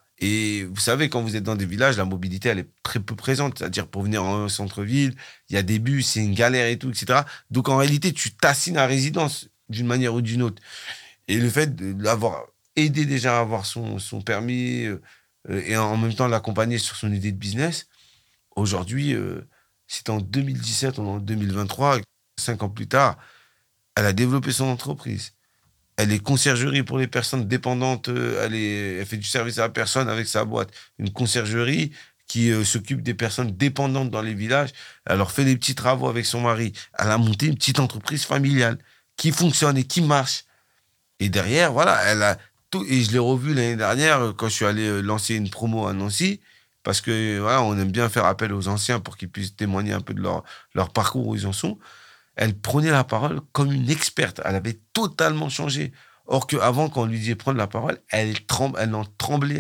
Et vous savez, quand vous êtes dans des villages, la mobilité, elle est très peu présente. C'est-à-dire, pour venir en centre-ville, il y a des bus, c'est une galère et tout, etc. Donc, en réalité, tu t'assignes à résidence d'une manière ou d'une autre. Et le fait d'avoir aidé déjà à avoir son permis et en même temps l'accompagner sur son idée de business, aujourd'hui, c'est en 2017, on est en 2023, 5 ans plus tard, elle a développé son entreprise. Elle est conciergerie pour les personnes dépendantes. Elle fait du service à la personne avec sa boîte. Une conciergerie qui s'occupe des personnes dépendantes dans les villages. Elle leur fait des petits travaux avec son mari. Elle a monté une petite entreprise familiale qui fonctionne et qui marche. Et derrière, voilà, elle a tout. Et je l'ai revu l'année dernière quand je suis allé lancer une promo à Nancy. Parce que voilà, on aime bien faire appel aux anciens pour qu'ils puissent témoigner un peu de leur parcours, où ils en sont. Elle prenait la parole comme une experte. Elle avait totalement changé. Or qu'avant, quand on lui disait prendre la parole, elle en tremblait.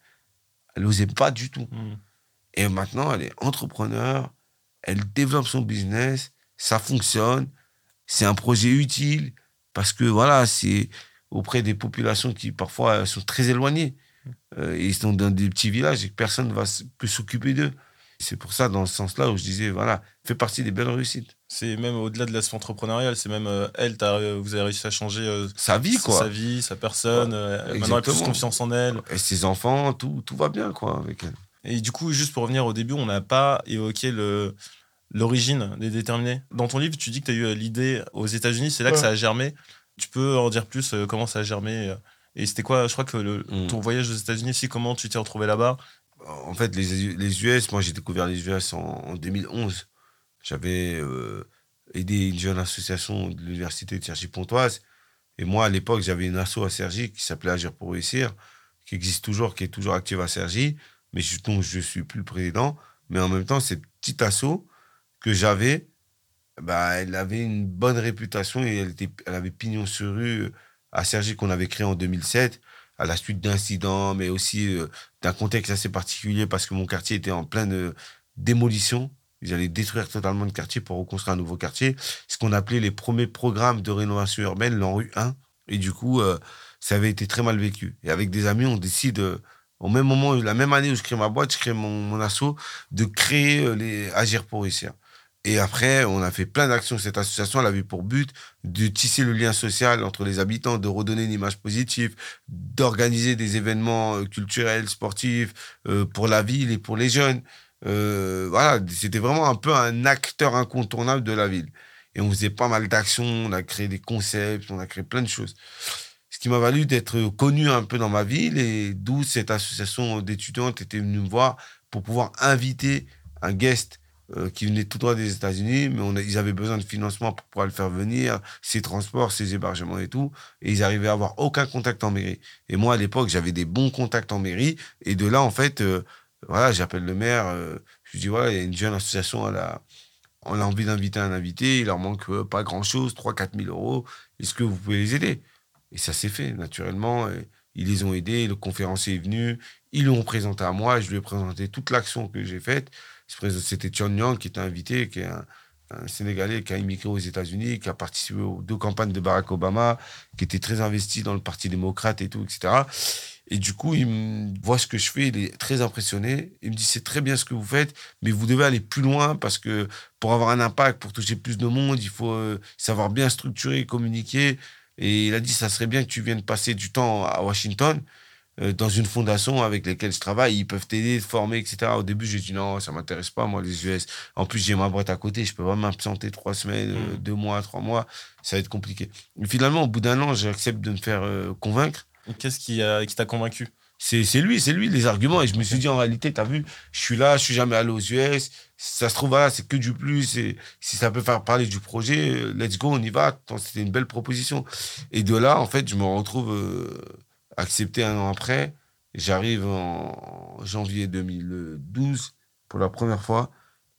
Elle n'osait pas du tout. Et maintenant, elle est entrepreneur. Elle développe son business. Ça fonctionne. C'est un projet utile. Parce que voilà, c'est auprès des populations qui parfois sont très éloignées. Ils sont dans des petits villages et que personne ne peut s'occuper d'eux. C'est pour ça, dans ce sens-là, où je disais, voilà, fait partie des belles réussites. C'est même au-delà de l'aspect entrepreneurial, c'est même elle, vous avez réussi à changer sa vie, quoi. Sa vie, sa personne. Maintenant, elle a plus confiance en elle. Et ses enfants, tout va bien, quoi, avec elle. Et du coup, juste pour revenir au début, on n'a pas évoqué l'origine des déterminés. Dans ton livre, tu dis que tu as eu l'idée aux États-Unis, c'est là que ça a germé. Tu peux en dire plus comment ça a germé et c'était quoi, je crois que ton voyage aux États-Unis, comment tu t'es retrouvé là-bas? En fait, les US, moi j'ai découvert les US en 2011. J'avais aidé une jeune association de l'université de Cergy-Pontoise. Et moi, à l'époque, j'avais une asso à Cergy qui s'appelait Agir pour réussir, qui existe toujours, qui est toujours active à Cergy, mais dont je ne suis plus le président. Mais en même temps, cette petite asso que j'avais, elle avait une bonne réputation et elle avait pignon sur rue à Cergy qu'on avait créé en 2007. À la suite d'incidents, mais aussi d'un contexte assez particulier parce que mon quartier était en pleine démolition. Ils allaient détruire totalement le quartier pour reconstruire un nouveau quartier. Ce qu'on appelait les premiers programmes de rénovation urbaine, l'ANRU 1. Et du coup, ça avait été très mal vécu. Et avec des amis, on décide, au même moment, la même année où je crée ma boîte, je crée mon asso, de créer les Agir pour réussir. Et après, on a fait plein d'actions. Cette association, elle avait pour but de tisser le lien social entre les habitants, de redonner une image positive, d'organiser des événements culturels, sportifs pour la ville et pour les jeunes. Voilà, c'était vraiment un peu un acteur incontournable de la ville. Et on faisait pas mal d'actions, on a créé des concepts, on a créé plein de choses. Ce qui m'a valu d'être connu un peu dans ma ville et d'où cette association d'étudiantes était venue me voir pour pouvoir inviter un guest qui venait tout droit des États-Unis, mais ils avaient besoin de financement pour pouvoir le faire venir, ses transports, ses hébergements et tout, et ils arrivaient à avoir aucun contact en mairie. Et moi, à l'époque, j'avais des bons contacts en mairie, et de là, en fait, voilà, j'appelle le maire, je lui dis, voilà, il y a une jeune association, on a envie d'inviter un invité, il leur manque pas grand-chose, 3 000 à 4 000 euros, est-ce que vous pouvez les aider? Et ça s'est fait, naturellement, ils les ont aidés, le conférencier est venu, ils l'ont présenté à moi, je lui ai présenté toute l'action que j'ai faite. C'était Chon Yang qui était invité, qui est un Sénégalais qui a immigré aux États-Unis, qui a participé aux 2 campagnes de Barack Obama, qui était très investi dans le Parti démocrate et tout, etc. Et du coup, il voit ce que je fais, il est très impressionné. Il me dit, c'est très bien ce que vous faites, mais vous devez aller plus loin parce que pour avoir un impact, pour toucher plus de monde, il faut savoir bien structurer, communiquer. Et il a dit, ça serait bien que tu viennes passer du temps à Washington, dans une fondation avec laquelle je travaille, ils peuvent t'aider, te former, etc. Au début, j'ai dit non, ça m'intéresse pas, moi, les US. En plus, j'ai ma boîte à côté, je peux pas m'absenter 3 semaines, 2 mois, 3 mois, ça va être compliqué. Mais finalement, au bout d'1 an, j'accepte de me faire convaincre. Qu'est-ce qui t'a convaincu? C'est lui, les arguments. Et je me suis dit, en réalité, t'as vu, je suis là, je suis jamais allé aux US. Si ça se trouve, voilà, c'est que du plus. Et si ça peut faire parler du projet, let's go, on y va. C'était une belle proposition. Et de là, en fait, je me retrouve accepté 1 an après. J'arrive en janvier 2012 pour la première fois.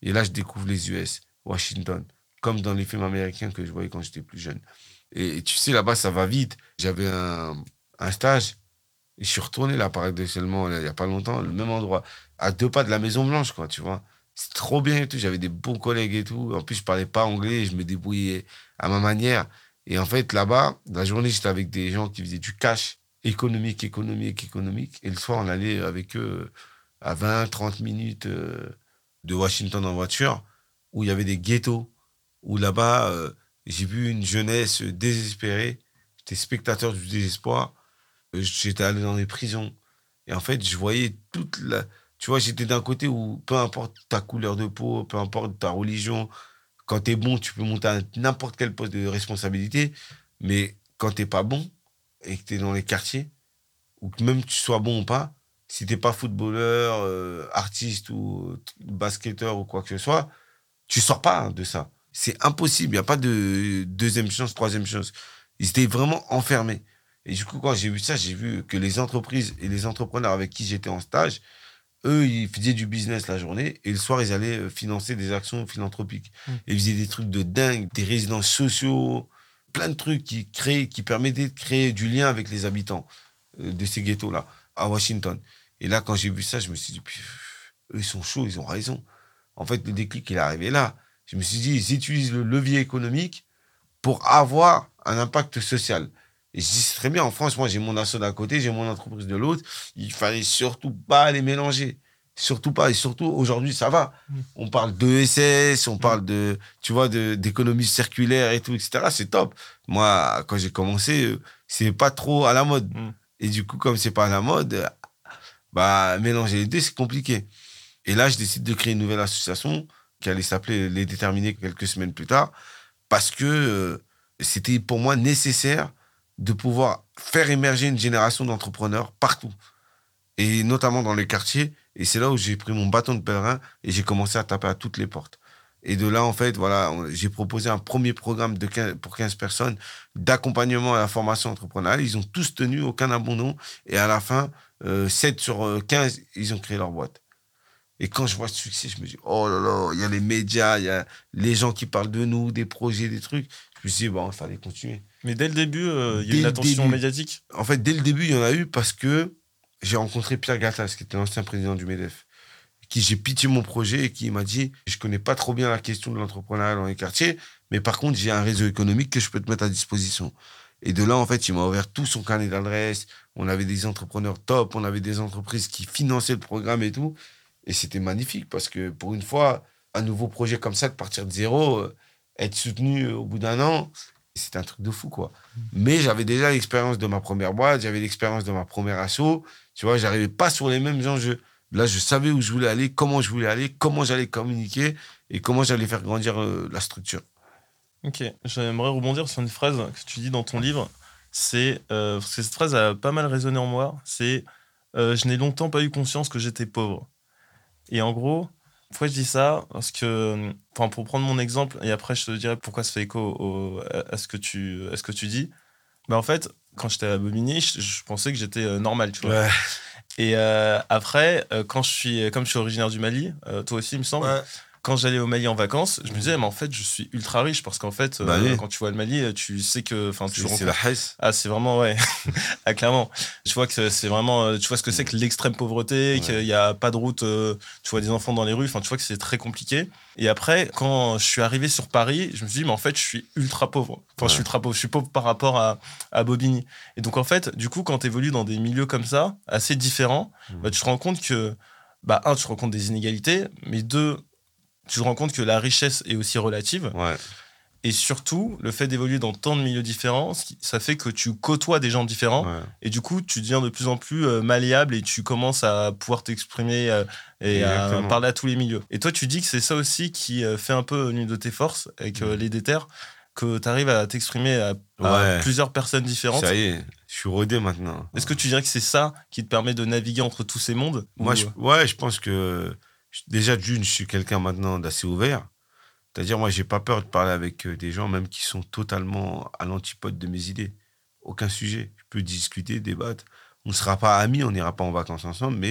Et là, je découvre les US, Washington, comme dans les films américains que je voyais quand j'étais plus jeune. Et tu sais, là-bas, ça va vite. J'avais un stage et je suis retourné là, paradoxalement, il n'y a pas longtemps, le même endroit, à 2 pas de la Maison-Blanche, quoi, tu vois. C'est trop bien et tout. J'avais des bons collègues et tout. En plus, je parlais pas anglais, je me débrouillais à ma manière. Et en fait, là-bas, la journée, j'étais avec des gens qui faisaient du cash économique. Et le soir, on allait avec eux à 20, 30 minutes de Washington en voiture, où il y avait des ghettos, où là-bas, j'ai vu une jeunesse désespérée. J'étais spectateur du désespoir. J'étais allé dans les prisons. Et en fait, je voyais toute la... Tu vois, j'étais d'un côté où peu importe ta couleur de peau, peu importe ta religion, quand t'es bon, tu peux monter à n'importe quel poste de responsabilité. Mais quand t'es pas bon et que t'es dans les quartiers, ou que même tu sois bon ou pas, si t'es pas footballeur, artiste ou basketteur ou quoi que ce soit, tu sors pas de ça. C'est impossible. Il n'y a pas de deuxième chance, troisième chance. Ils étaient vraiment enfermés. Et du coup, quand j'ai vu ça, j'ai vu que les entreprises et les entrepreneurs avec qui j'étais en stage, eux, ils faisaient du business la journée et le soir, ils allaient financer des actions philanthropiques. Et ils faisaient des trucs de dingue, des résidences sociaux, plein de trucs qui permettaient de créer du lien avec les habitants de ces ghettos-là, à Washington. Et là, quand j'ai vu ça, je me suis dit, eux, ils sont chauds, ils ont raison. En fait, le déclic, il est arrivé là. Je me suis dit, ils utilisent le levier économique pour avoir un impact social. Et je dis, c'est très bien, en France, moi, j'ai mon asso d'un côté, j'ai mon entreprise de l'autre. Il fallait surtout pas les mélanger. Surtout pas. Et surtout, aujourd'hui, ça va. On parle d'ESS, on parle de, tu vois, d'économie circulaire et tout, etc. C'est top. Moi, quand j'ai commencé, c'est pas trop à la mode. Et du coup, comme c'est pas à la mode, bah, mélanger les deux, c'est compliqué. Et là, je décide de créer une nouvelle association qui allait s'appeler Les Déterminés quelques semaines plus tard, parce que c'était pour moi nécessaire de pouvoir faire émerger une génération d'entrepreneurs partout, et notamment dans les quartiers. Et c'est là où j'ai pris mon bâton de pèlerin et j'ai commencé à taper à toutes les portes. Et de là, en fait, voilà, j'ai proposé un premier programme pour 15 personnes d'accompagnement à la formation entrepreneuriale. Ils ont tous tenu, aucun abandon. Et à la fin, 7 sur 15, ils ont créé leur boîte. Et quand je vois ce succès, je me dis, oh là là, il y a les médias, il y a les gens qui parlent de nous, des projets, des trucs. Je me suis dit, bon, il fallait continuer. Mais dès le début, il y a eu une attention médiatique. En fait, dès le début, il y en a eu parce que j'ai rencontré Pierre Gattaz, qui était l'ancien président du MEDEF, qui j'ai pitché mon projet et qui m'a dit, je connais pas trop bien la question de l'entrepreneuriat dans les quartiers, mais par contre, j'ai un réseau économique que je peux te mettre à disposition. Et de là, en fait, il m'a ouvert tout son carnet d'adresses. On avait des entrepreneurs top, on avait des entreprises qui finançaient le programme et tout. Et c'était magnifique parce que pour une fois, un nouveau projet comme ça, de partir de zéro, être soutenu au bout d'un an, c'était un truc de fou, quoi. Mais j'avais déjà l'expérience de ma première boîte, j'avais l'expérience de ma première asso. Tu vois, j'arrivais pas sur les mêmes enjeux. Là, je savais où je voulais aller, comment je voulais aller, comment j'allais communiquer et comment j'allais faire grandir la structure. Ok, j'aimerais rebondir sur une phrase que tu dis dans ton livre. Parce que cette phrase a pas mal résonné en moi. C'est je n'ai longtemps pas eu conscience que j'étais pauvre. Et en gros, pourquoi je dis ça? Parce que, pour prendre mon exemple, et après je te dirai pourquoi ça fait écho à ce que tu dis. Bah en fait, quand j'étais à Bobigny, je pensais que j'étais normal, tu vois. Ouais. Et après, comme je suis originaire du Mali, toi aussi, il me semble, quand j'allais au Mali en vacances, je me disais, mais en fait, je suis ultra riche parce qu'en fait, oui. quand tu vois le Mali, tu sais que. C'est la Hesse. Ah, c'est vraiment, ouais. Ah, clairement. Tu vois que c'est vraiment. Tu vois ce que c'est que l'extrême pauvreté, qu'il n'y a pas de route, tu vois des enfants dans les rues, tu vois que c'est très compliqué. Et après, quand je suis arrivé sur Paris, je me suis dit, mais en fait, je suis ultra pauvre. Je suis ultra pauvre. Je suis pauvre par rapport à Bobigny. Et donc, en fait, du coup, quand tu évolues dans des milieux comme ça, assez différents, tu te rends compte que, tu te rends compte des inégalités, mais deux, tu te rends compte que la richesse est aussi relative. Ouais. Et surtout, le fait d'évoluer dans tant de milieux différents, ça fait que tu côtoies des gens différents. Ouais. Et du coup, tu deviens de plus en plus malléable et tu commences à pouvoir t'exprimer et à parler à tous les milieux. Et toi, tu dis que c'est ça aussi qui fait un peu l'une de tes forces avec les déterres, que tu arrives à t'exprimer à plusieurs personnes différentes. Ça y est, je suis rodé maintenant. Est-ce que tu dirais que c'est ça qui te permet de naviguer entre tous ces mondes? Moi, je pense que... Déjà, d'une, je suis quelqu'un maintenant d'assez ouvert. C'est-à-dire, moi, j'ai pas peur de parler avec des gens, même qui sont totalement à l'antipode de mes idées. Aucun sujet. Je peux discuter, débattre. On ne sera pas amis, on n'ira pas en vacances ensemble, mais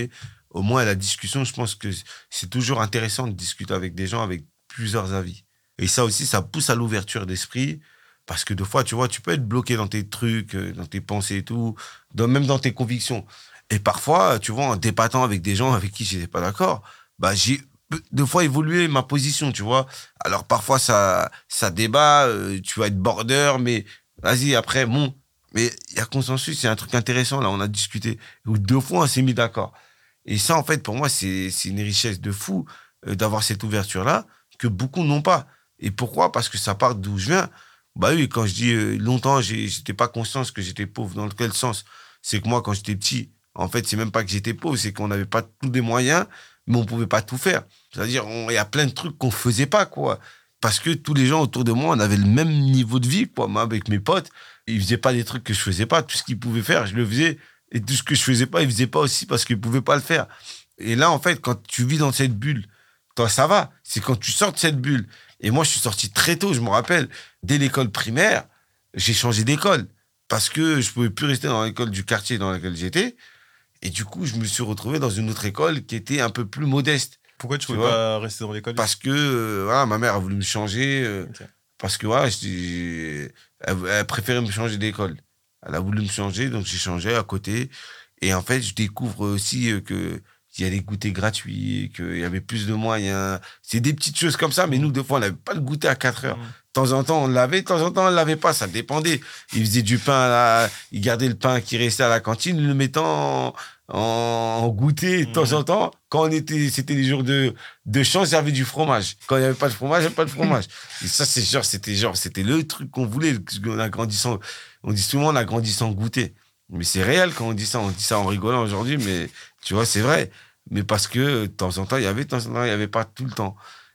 au moins la discussion, je pense que c'est toujours intéressant de discuter avec des gens avec plusieurs avis. Et ça aussi, ça pousse à l'ouverture d'esprit. Parce que des fois, tu vois, tu peux être bloqué dans tes trucs, dans tes pensées et tout, même dans tes convictions. Et parfois, tu vois, en débattant avec des gens avec qui je n'étais pas d'accord, bah, j'ai deux fois évolué ma position, tu vois. Alors parfois, ça débat, tu vas être border, mais vas-y, après, bon. Mais il y a consensus, c'est un truc intéressant, là, on a discuté. Où deux fois, on s'est mis d'accord. Et ça, en fait, pour moi, c'est une richesse de fou d'avoir cette ouverture-là que beaucoup n'ont pas. Et pourquoi? Parce que ça part d'où je viens. Bah oui, quand je dis longtemps, j'étais pas conscient que j'étais pauvre. Dans quel sens? C'est que moi, quand j'étais petit, en fait, c'est même pas que j'étais pauvre, c'est qu'on n'avait pas tous les moyens, mais on pouvait pas tout faire. C'est-à-dire, il y a plein de trucs qu'on faisait pas, quoi. Parce que tous les gens autour de moi, on avait le même niveau de vie, quoi. Moi, avec mes potes, ils faisaient pas des trucs que je faisais pas. Tout ce qu'ils pouvaient faire, je le faisais. Et tout ce que je faisais pas, ils faisaient pas aussi parce qu'ils pouvaient pas le faire. Et là, en fait, quand tu vis dans cette bulle, toi, ça va. C'est quand tu sors de cette bulle. Et moi, je suis sorti très tôt, je me rappelle. Dès l'école primaire, j'ai changé d'école. Parce que je pouvais plus rester dans l'école du quartier dans laquelle j'étais. Et du coup, je me suis retrouvé dans une autre école qui était un peu plus modeste. Pourquoi tu pouvais pas rester dans l'école? Parce que voilà, ma mère a voulu me changer. Ok. Parce que voilà, elle préférait me changer d'école. Elle a voulu me changer, donc j'ai changé à côté. Et en fait, je découvre aussi que il y a des goûters gratuits, qu'il y avait plus de moyens. C'est des petites choses comme ça, mais nous, des fois, on n'avait pas le goûter à 4 heures. De temps en temps, on l'avait, de temps en temps, on ne l'avait pas. Ça dépendait. Ils faisaient du pain, là, ils gardaient le pain qui restait à la cantine, ils le mettant en goûter de temps en temps. Quand c'était les jours de chance, il y avait du fromage. Quand il n'y avait pas de fromage, il n'y avait pas de fromage. Et ça, c'était le truc qu'on voulait. On dit souvent, on a grandi sans goûter. Mais c'est réel quand on dit ça en rigolant aujourd'hui, mais tu vois, c'est vrai. Mais parce que de temps en temps, il y avait, de temps en temps, il n'y avait pas tout le temps.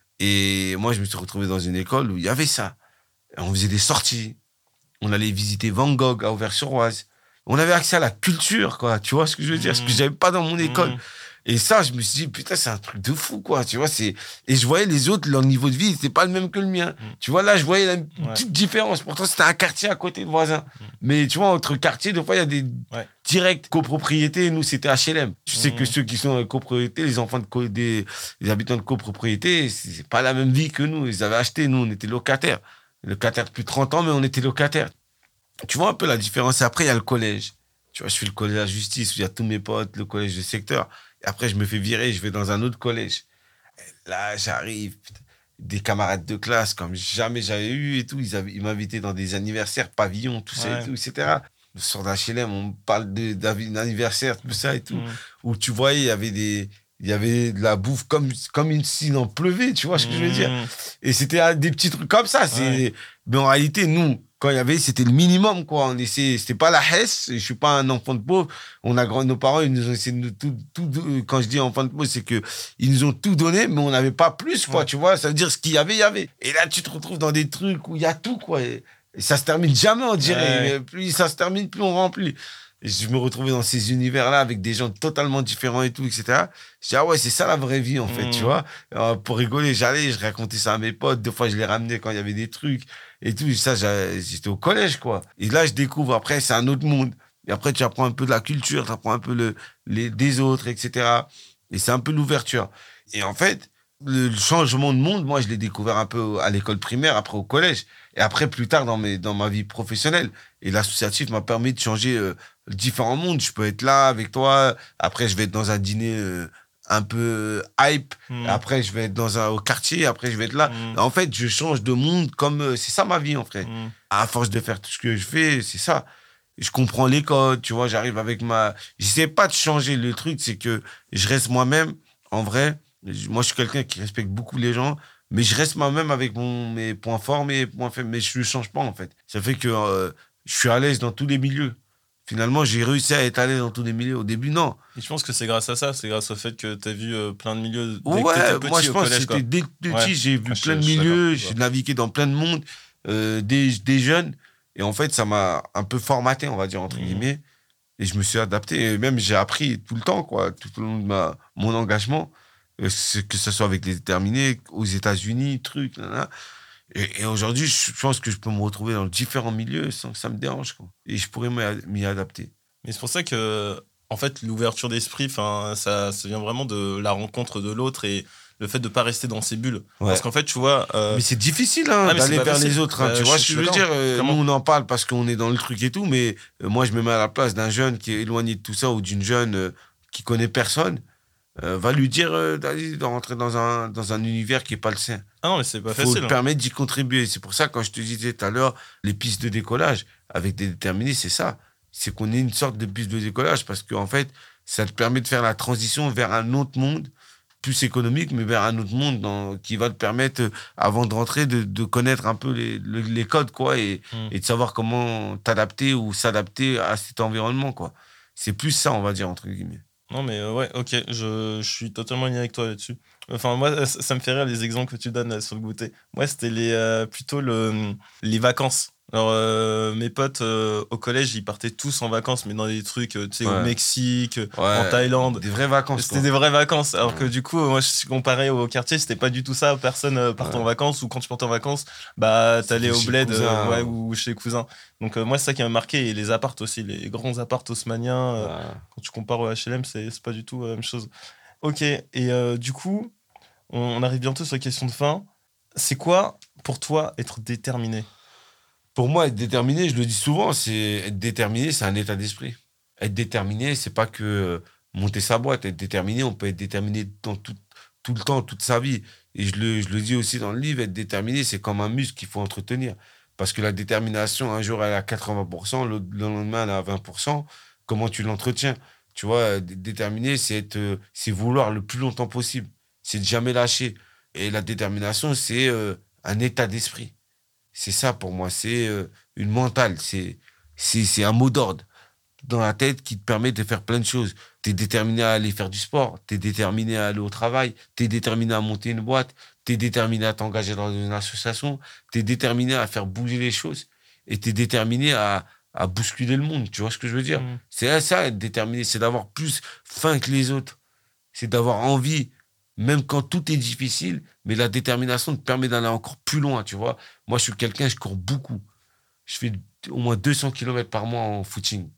Et moi, je me suis retrouvé dans une école où il y avait ça. On faisait des sorties. On allait visiter Van Gogh à Auvers-sur-Oise. On avait accès à la culture, quoi. Tu vois ce que je veux dire? Ce que j'avais pas dans mon école. Et ça, je me suis dit, putain, c'est un truc de fou, quoi. Tu vois, et je voyais les autres, leur niveau de vie, c'était pas le même que le mien. Tu vois, là, je voyais une petite différence. Pourtant, c'était un quartier à côté de voisin. Mais tu vois, entre quartiers, des fois, il y a des directs copropriétés. Nous, c'était HLM. Tu sais que ceux qui sont dans les copropriétés, les enfants des habitants de copropriété, c'est pas la même vie que nous. Ils avaient acheté, nous, on était locataires. Locataires depuis 30 ans, mais on était locataires. Tu vois un peu la différence. Et après, il y a le collège. Tu vois, je fais le collège à Justice, où il y a tous mes potes, le collège de secteur. Et après, je me fais virer, je vais dans un autre collège. Et là, j'arrive, des camarades de classe comme jamais j'avais eu et tout. Ils m'invitaient dans des anniversaires, pavillons, tout ça et tout, etc. Je sors d'HLM, on me parle d'un anniversaire, tout ça et tout. Où tu voyais, il y avait de la bouffe comme s'il en pleuvait, tu vois ce que je veux dire? Et c'était des petits trucs comme ça. Mais en réalité, nous, quand il y avait, c'était le minimum, quoi. C'était pas la Hesse. Je suis pas un enfant de pauvre. Nos parents, ils nous ont essayé de tout, quand je dis enfant de pauvre, c'est que ils nous ont tout donné, mais on n'avait pas plus, quoi. Tu vois, ça veut dire ce qu'il y avait, il y avait. Et là, tu te retrouves dans des trucs où il y a tout, quoi. Et ça se termine jamais, on dirait. Mais plus ça se termine, plus on remplit. Et je me retrouvais dans ces univers-là avec des gens totalement différents et tout, etc. Je dis, ah ouais, c'est ça la vraie vie, en fait, tu vois. Alors, pour rigoler, je racontais ça à mes potes. Deux fois, je les ramenais quand il y avait des trucs et tout. Ça, j'étais au collège, quoi. Et là, je découvre, après, c'est un autre monde. Et après, tu apprends un peu de la culture, tu apprends un peu des autres, etc. Et c'est un peu l'ouverture. Et en fait, le changement de monde, moi, je l'ai découvert un peu à l'école primaire, après au collège. Et après, plus tard, dans ma vie professionnelle. Et l'associatif m'a permis de changer différents mondes. Je peux être là avec toi. Après, je vais être dans un dîner un peu hype. Après, je vais être au quartier. Après, je vais être là. En fait, je change de monde comme... c'est ça ma vie, en fait. À force de faire tout ce que je fais, c'est ça. Je comprends les codes, tu vois. J'arrive avec j'essaie pas de changer. Le truc, c'est que je reste moi-même. En vrai, moi, je suis quelqu'un qui respecte beaucoup les gens. Mais je reste moi-même avec mes points forts, mes points faibles. Mais je ne change pas, en fait. Ça fait que je suis à l'aise dans tous les milieux. Finalement, j'ai réussi à être à l'aise dans tous les milieux. Au début, non. Et je pense que c'est grâce à ça. C'est grâce au fait que tu as vu plein de milieux dès ouais, que t'étais petit moi, je au pense collège, que c'était dès petit, j'ai vu plein de milieux. J'ai navigué dans plein de mondes, des jeunes. Et en fait, ça m'a un peu formaté, on va dire, entre guillemets. Et je me suis adapté. Et même, j'ai appris tout le temps, quoi, tout au long de mon engagement. Que ce soit avec les déterminés, aux États-Unis, trucs, là. Et aujourd'hui, je pense que je peux me retrouver dans différents milieux sans que ça me dérange, quoi. Et je pourrais m'y adapter. Mais c'est pour ça que En fait, l'ouverture d'esprit, ça vient vraiment de la rencontre de l'autre et le fait de pas rester dans ses bulles. Ouais. Parce qu'en fait, tu vois... Mais c'est difficile mais d'aller c'est pas vers facile. les autres. Tu vois ce que je veux dire Nous, Clairement. on en parle parce qu'on est dans le truc et tout, mais moi, je me mets à la place d'un jeune qui est éloigné de tout ça ou d'une jeune qui connaît personne. Va lui dire de rentrer dans un univers qui n'est pas le sien. Ah non, mais c'est pas Faut facile. lui permettre d'y contribuer. C'est pour ça, quand je te disais tout à l'heure, les pistes de décollage avec des déterminés, c'est ça. C'est qu'on ait une sorte de piste de décollage parce qu'en fait, ça te permet de faire la transition vers un autre monde, plus économique, mais vers un autre monde qui va te permettre, avant de rentrer, de connaître un peu les codes, quoi, et de savoir comment t'adapter ou s'adapter à cet environnement, quoi. C'est plus ça, on va dire, entre guillemets. Non, mais ouais, ok, je suis totalement aligné avec toi là-dessus. Enfin, moi, ça me fait rire les exemples que tu donnes sur le goûter. Moi, c'était plutôt les vacances. Alors, mes potes au collège, ils partaient tous en vacances, mais dans des trucs, tu sais, au Mexique, en Thaïlande. Des vraies vacances. C'était des vraies vacances. Alors que du coup, moi, je comparais au quartier, c'était pas du tout ça. Personne partait en vacances, ou quand tu partais en vacances, bah, t'allais au bled ou chez les cousins. Donc, moi, c'est ça qui m'a marqué. Et les apparts aussi, les grands apparts haussmanniens, quand tu compares au HLM, c'est pas du tout la même chose. Ok, et du coup, on arrive bientôt sur la question de fin. C'est quoi, pour toi, être déterminé ? Pour moi, être déterminé, je le dis souvent, être déterminé, c'est un état d'esprit. Être déterminé, c'est pas que monter sa boîte. Être déterminé, on peut être déterminé dans tout le temps, toute sa vie. Et je le dis aussi dans le livre, être déterminé, c'est comme un muscle qu'il faut entretenir. Parce que la détermination, un jour, elle est à 80%, le lendemain, elle est à 20%. Comment tu l'entretiens ? Tu vois, déterminé, c'est vouloir le plus longtemps possible. C'est de jamais lâcher. Et la détermination, c'est un état d'esprit. C'est ça pour moi, c'est une mentale, c'est un mot d'ordre dans la tête qui te permet de faire plein de choses. Tu es déterminé à aller faire du sport, tu es déterminé à aller au travail, tu es déterminé à monter une boîte, tu es déterminé à t'engager dans une association, tu es déterminé à faire bouger les choses et tu es déterminé à bousculer le monde, tu vois ce que je veux dire ? C'est ça, être déterminé, c'est d'avoir plus faim que les autres, c'est d'avoir envie. Même quand tout est difficile, mais la détermination te permet d'aller encore plus loin, tu vois. Moi, je suis quelqu'un, je cours beaucoup. Je fais au moins 200 km par mois en footing.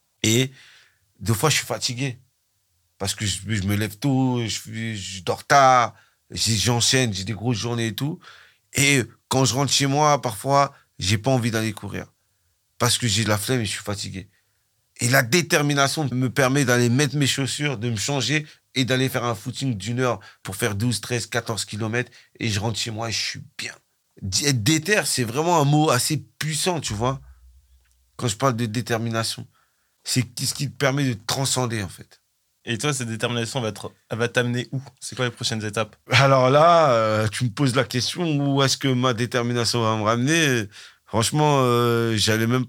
Et des fois, je suis fatigué. Parce que je me lève tôt, je dors tard, j'enchaîne, j'ai des grosses journées et tout. Et quand je rentre chez moi, parfois, j'ai pas envie d'aller courir. Parce que j'ai de la flemme et je suis fatigué. Et la détermination me permet d'aller mettre mes chaussures, de me changer et d'aller faire un footing d'1 heure pour faire 12, 13, 14 km. Et je rentre chez moi et je suis bien. Être déter, c'est vraiment un mot assez puissant, tu vois. Quand je parle de détermination, c'est ce qui te permet de transcender, en fait. Et toi, cette détermination, elle va t'amener où ? C'est quoi les prochaines étapes ? Alors là, tu me poses la question, où est-ce que ma détermination va me ramener ? Franchement, je savais même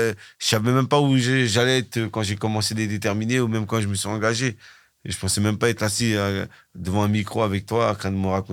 pas où j'allais être quand j'ai commencé à les déterminer ou même quand je me suis engagé. Et je pensais même pas être assis devant un micro avec toi, en train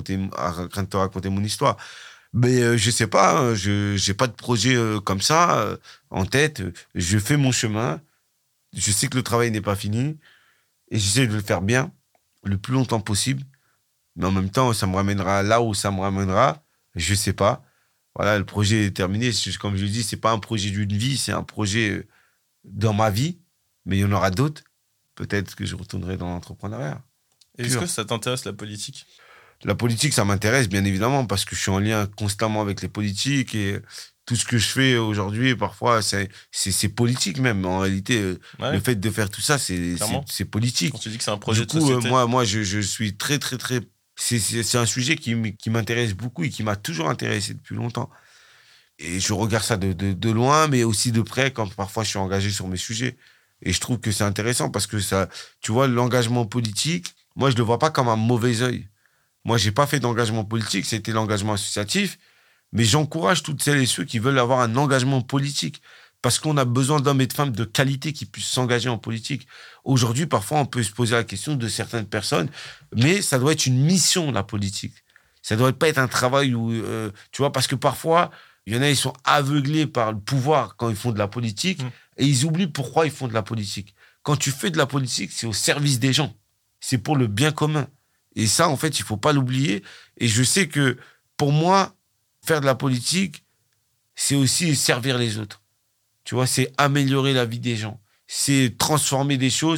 de te raconter mon histoire. Mais je sais pas, hein, j'ai pas de projet comme ça en tête. Je fais mon chemin. Je sais que le travail n'est pas fini et j'essaie de le faire bien, le plus longtemps possible. Mais en même temps, ça me ramènera là où ça me ramènera. Je sais pas. Voilà, le projet est terminé. Comme je le dis, c'est pas un projet d'une vie, c'est un projet dans ma vie. Mais il y en aura d'autres. Peut-être que je retournerai dans l'entrepreneuriat. Est-ce que ça t'intéresse, la politique ? La politique, ça m'intéresse, bien évidemment, parce que je suis en lien constamment avec les politiques et tout ce que je fais aujourd'hui, parfois, c'est politique même. En réalité, le fait de faire tout ça, c'est politique. Quand tu dis que c'est un projet de société. Moi, je suis très, très, très... C'est un sujet qui m'intéresse beaucoup et qui m'a toujours intéressé depuis longtemps. Et je regarde ça de loin, mais aussi de près quand parfois je suis engagé sur mes sujets. Et je trouve que c'est intéressant parce que ça, tu vois, l'engagement politique, moi, je ne le vois pas comme un mauvais œil. Moi, je n'ai pas fait d'engagement politique, c'était l'engagement associatif. Mais j'encourage toutes celles et ceux qui veulent avoir un engagement politique. Parce qu'on a besoin d'hommes et de femmes de qualité qui puissent s'engager en politique. Aujourd'hui, parfois, on peut se poser la question de certaines personnes, mais ça doit être une mission, la politique. Ça ne doit pas être un travail où, tu vois, parce que parfois, il y en a, ils sont aveuglés par le pouvoir quand ils font de la politique et ils oublient pourquoi ils font de la politique. Quand tu fais de la politique, c'est au service des gens. C'est pour le bien commun. Et ça, en fait, il ne faut pas l'oublier. Et je sais que, pour moi, faire de la politique, c'est aussi servir les autres. Tu vois, c'est améliorer la vie des gens. C'est transformer des choses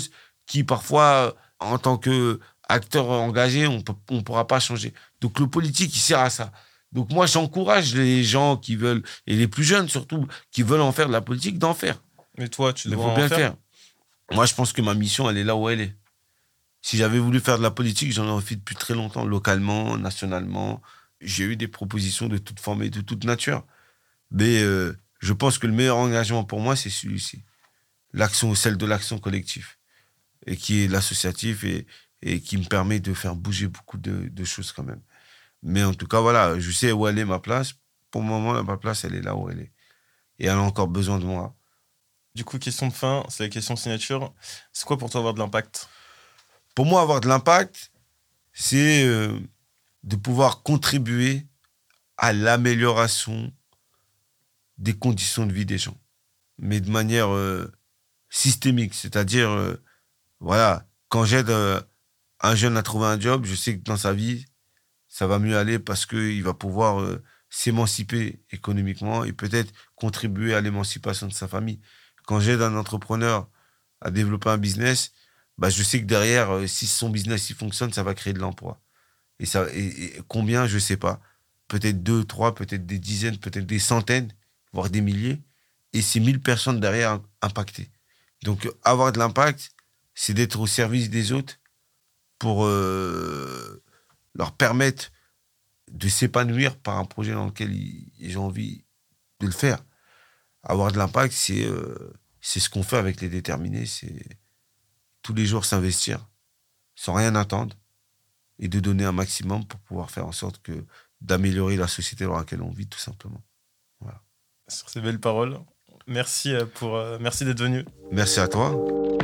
qui parfois, en tant qu'acteur engagé, on ne pourra pas changer. Donc le politique, il sert à ça. Donc moi, j'encourage les gens qui veulent, et les plus jeunes surtout, qui veulent en faire de la politique, d'en faire. Mais toi, tu Mais dois faut en bien le faire. faire. Moi, je pense que ma mission, elle est là où elle est. Si j'avais voulu faire de la politique, j'en aurais fait depuis très longtemps, localement, nationalement. J'ai eu des propositions de toute forme et de toute nature. Mais je pense que le meilleur engagement pour moi, c'est celui-ci. Celle de l'action collective. Et qui est l'associatif et qui me permet de faire bouger beaucoup de choses quand même. Mais en tout cas, voilà, je sais où elle est ma place. Pour le moment, ma place, elle est là où elle est. Et elle a encore besoin de moi. Du coup, question de fin, c'est la question signature. C'est quoi pour toi avoir de l'impact? Pour moi, avoir de l'impact, c'est de pouvoir contribuer à l'amélioration des conditions de vie des gens. Mais de manière systémique. C'est-à-dire, voilà, quand j'aide un jeune à trouver un job, je sais que dans sa vie, ça va mieux aller parce qu'il va pouvoir s'émanciper économiquement et peut-être contribuer à l'émancipation de sa famille. Quand j'aide un entrepreneur à développer un business, bah, je sais que derrière, si son business il fonctionne, ça va créer de l'emploi. Et combien, je ne sais pas. Peut-être 2, 3, peut-être des dizaines, peut-être des centaines, voire des milliers. Et c'est 1000 personnes derrière impactées. Donc, avoir de l'impact, c'est d'être au service des autres pour leur permettre de s'épanouir par un projet dans lequel ils ont envie de le faire. Avoir de l'impact, c'est ce qu'on fait avec les déterminés. C'est tous les jours s'investir sans rien attendre et de donner un maximum pour pouvoir faire en sorte d'améliorer la société dans laquelle on vit, tout simplement. Voilà. Sur ces belles paroles, merci d'être venu. Merci à toi.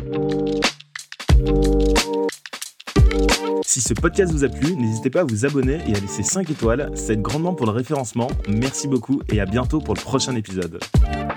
Si ce podcast vous a plu, n'hésitez pas à vous abonner et à laisser 5 étoiles, ça aide grandement pour le référencement. Merci beaucoup et à bientôt pour le prochain épisode.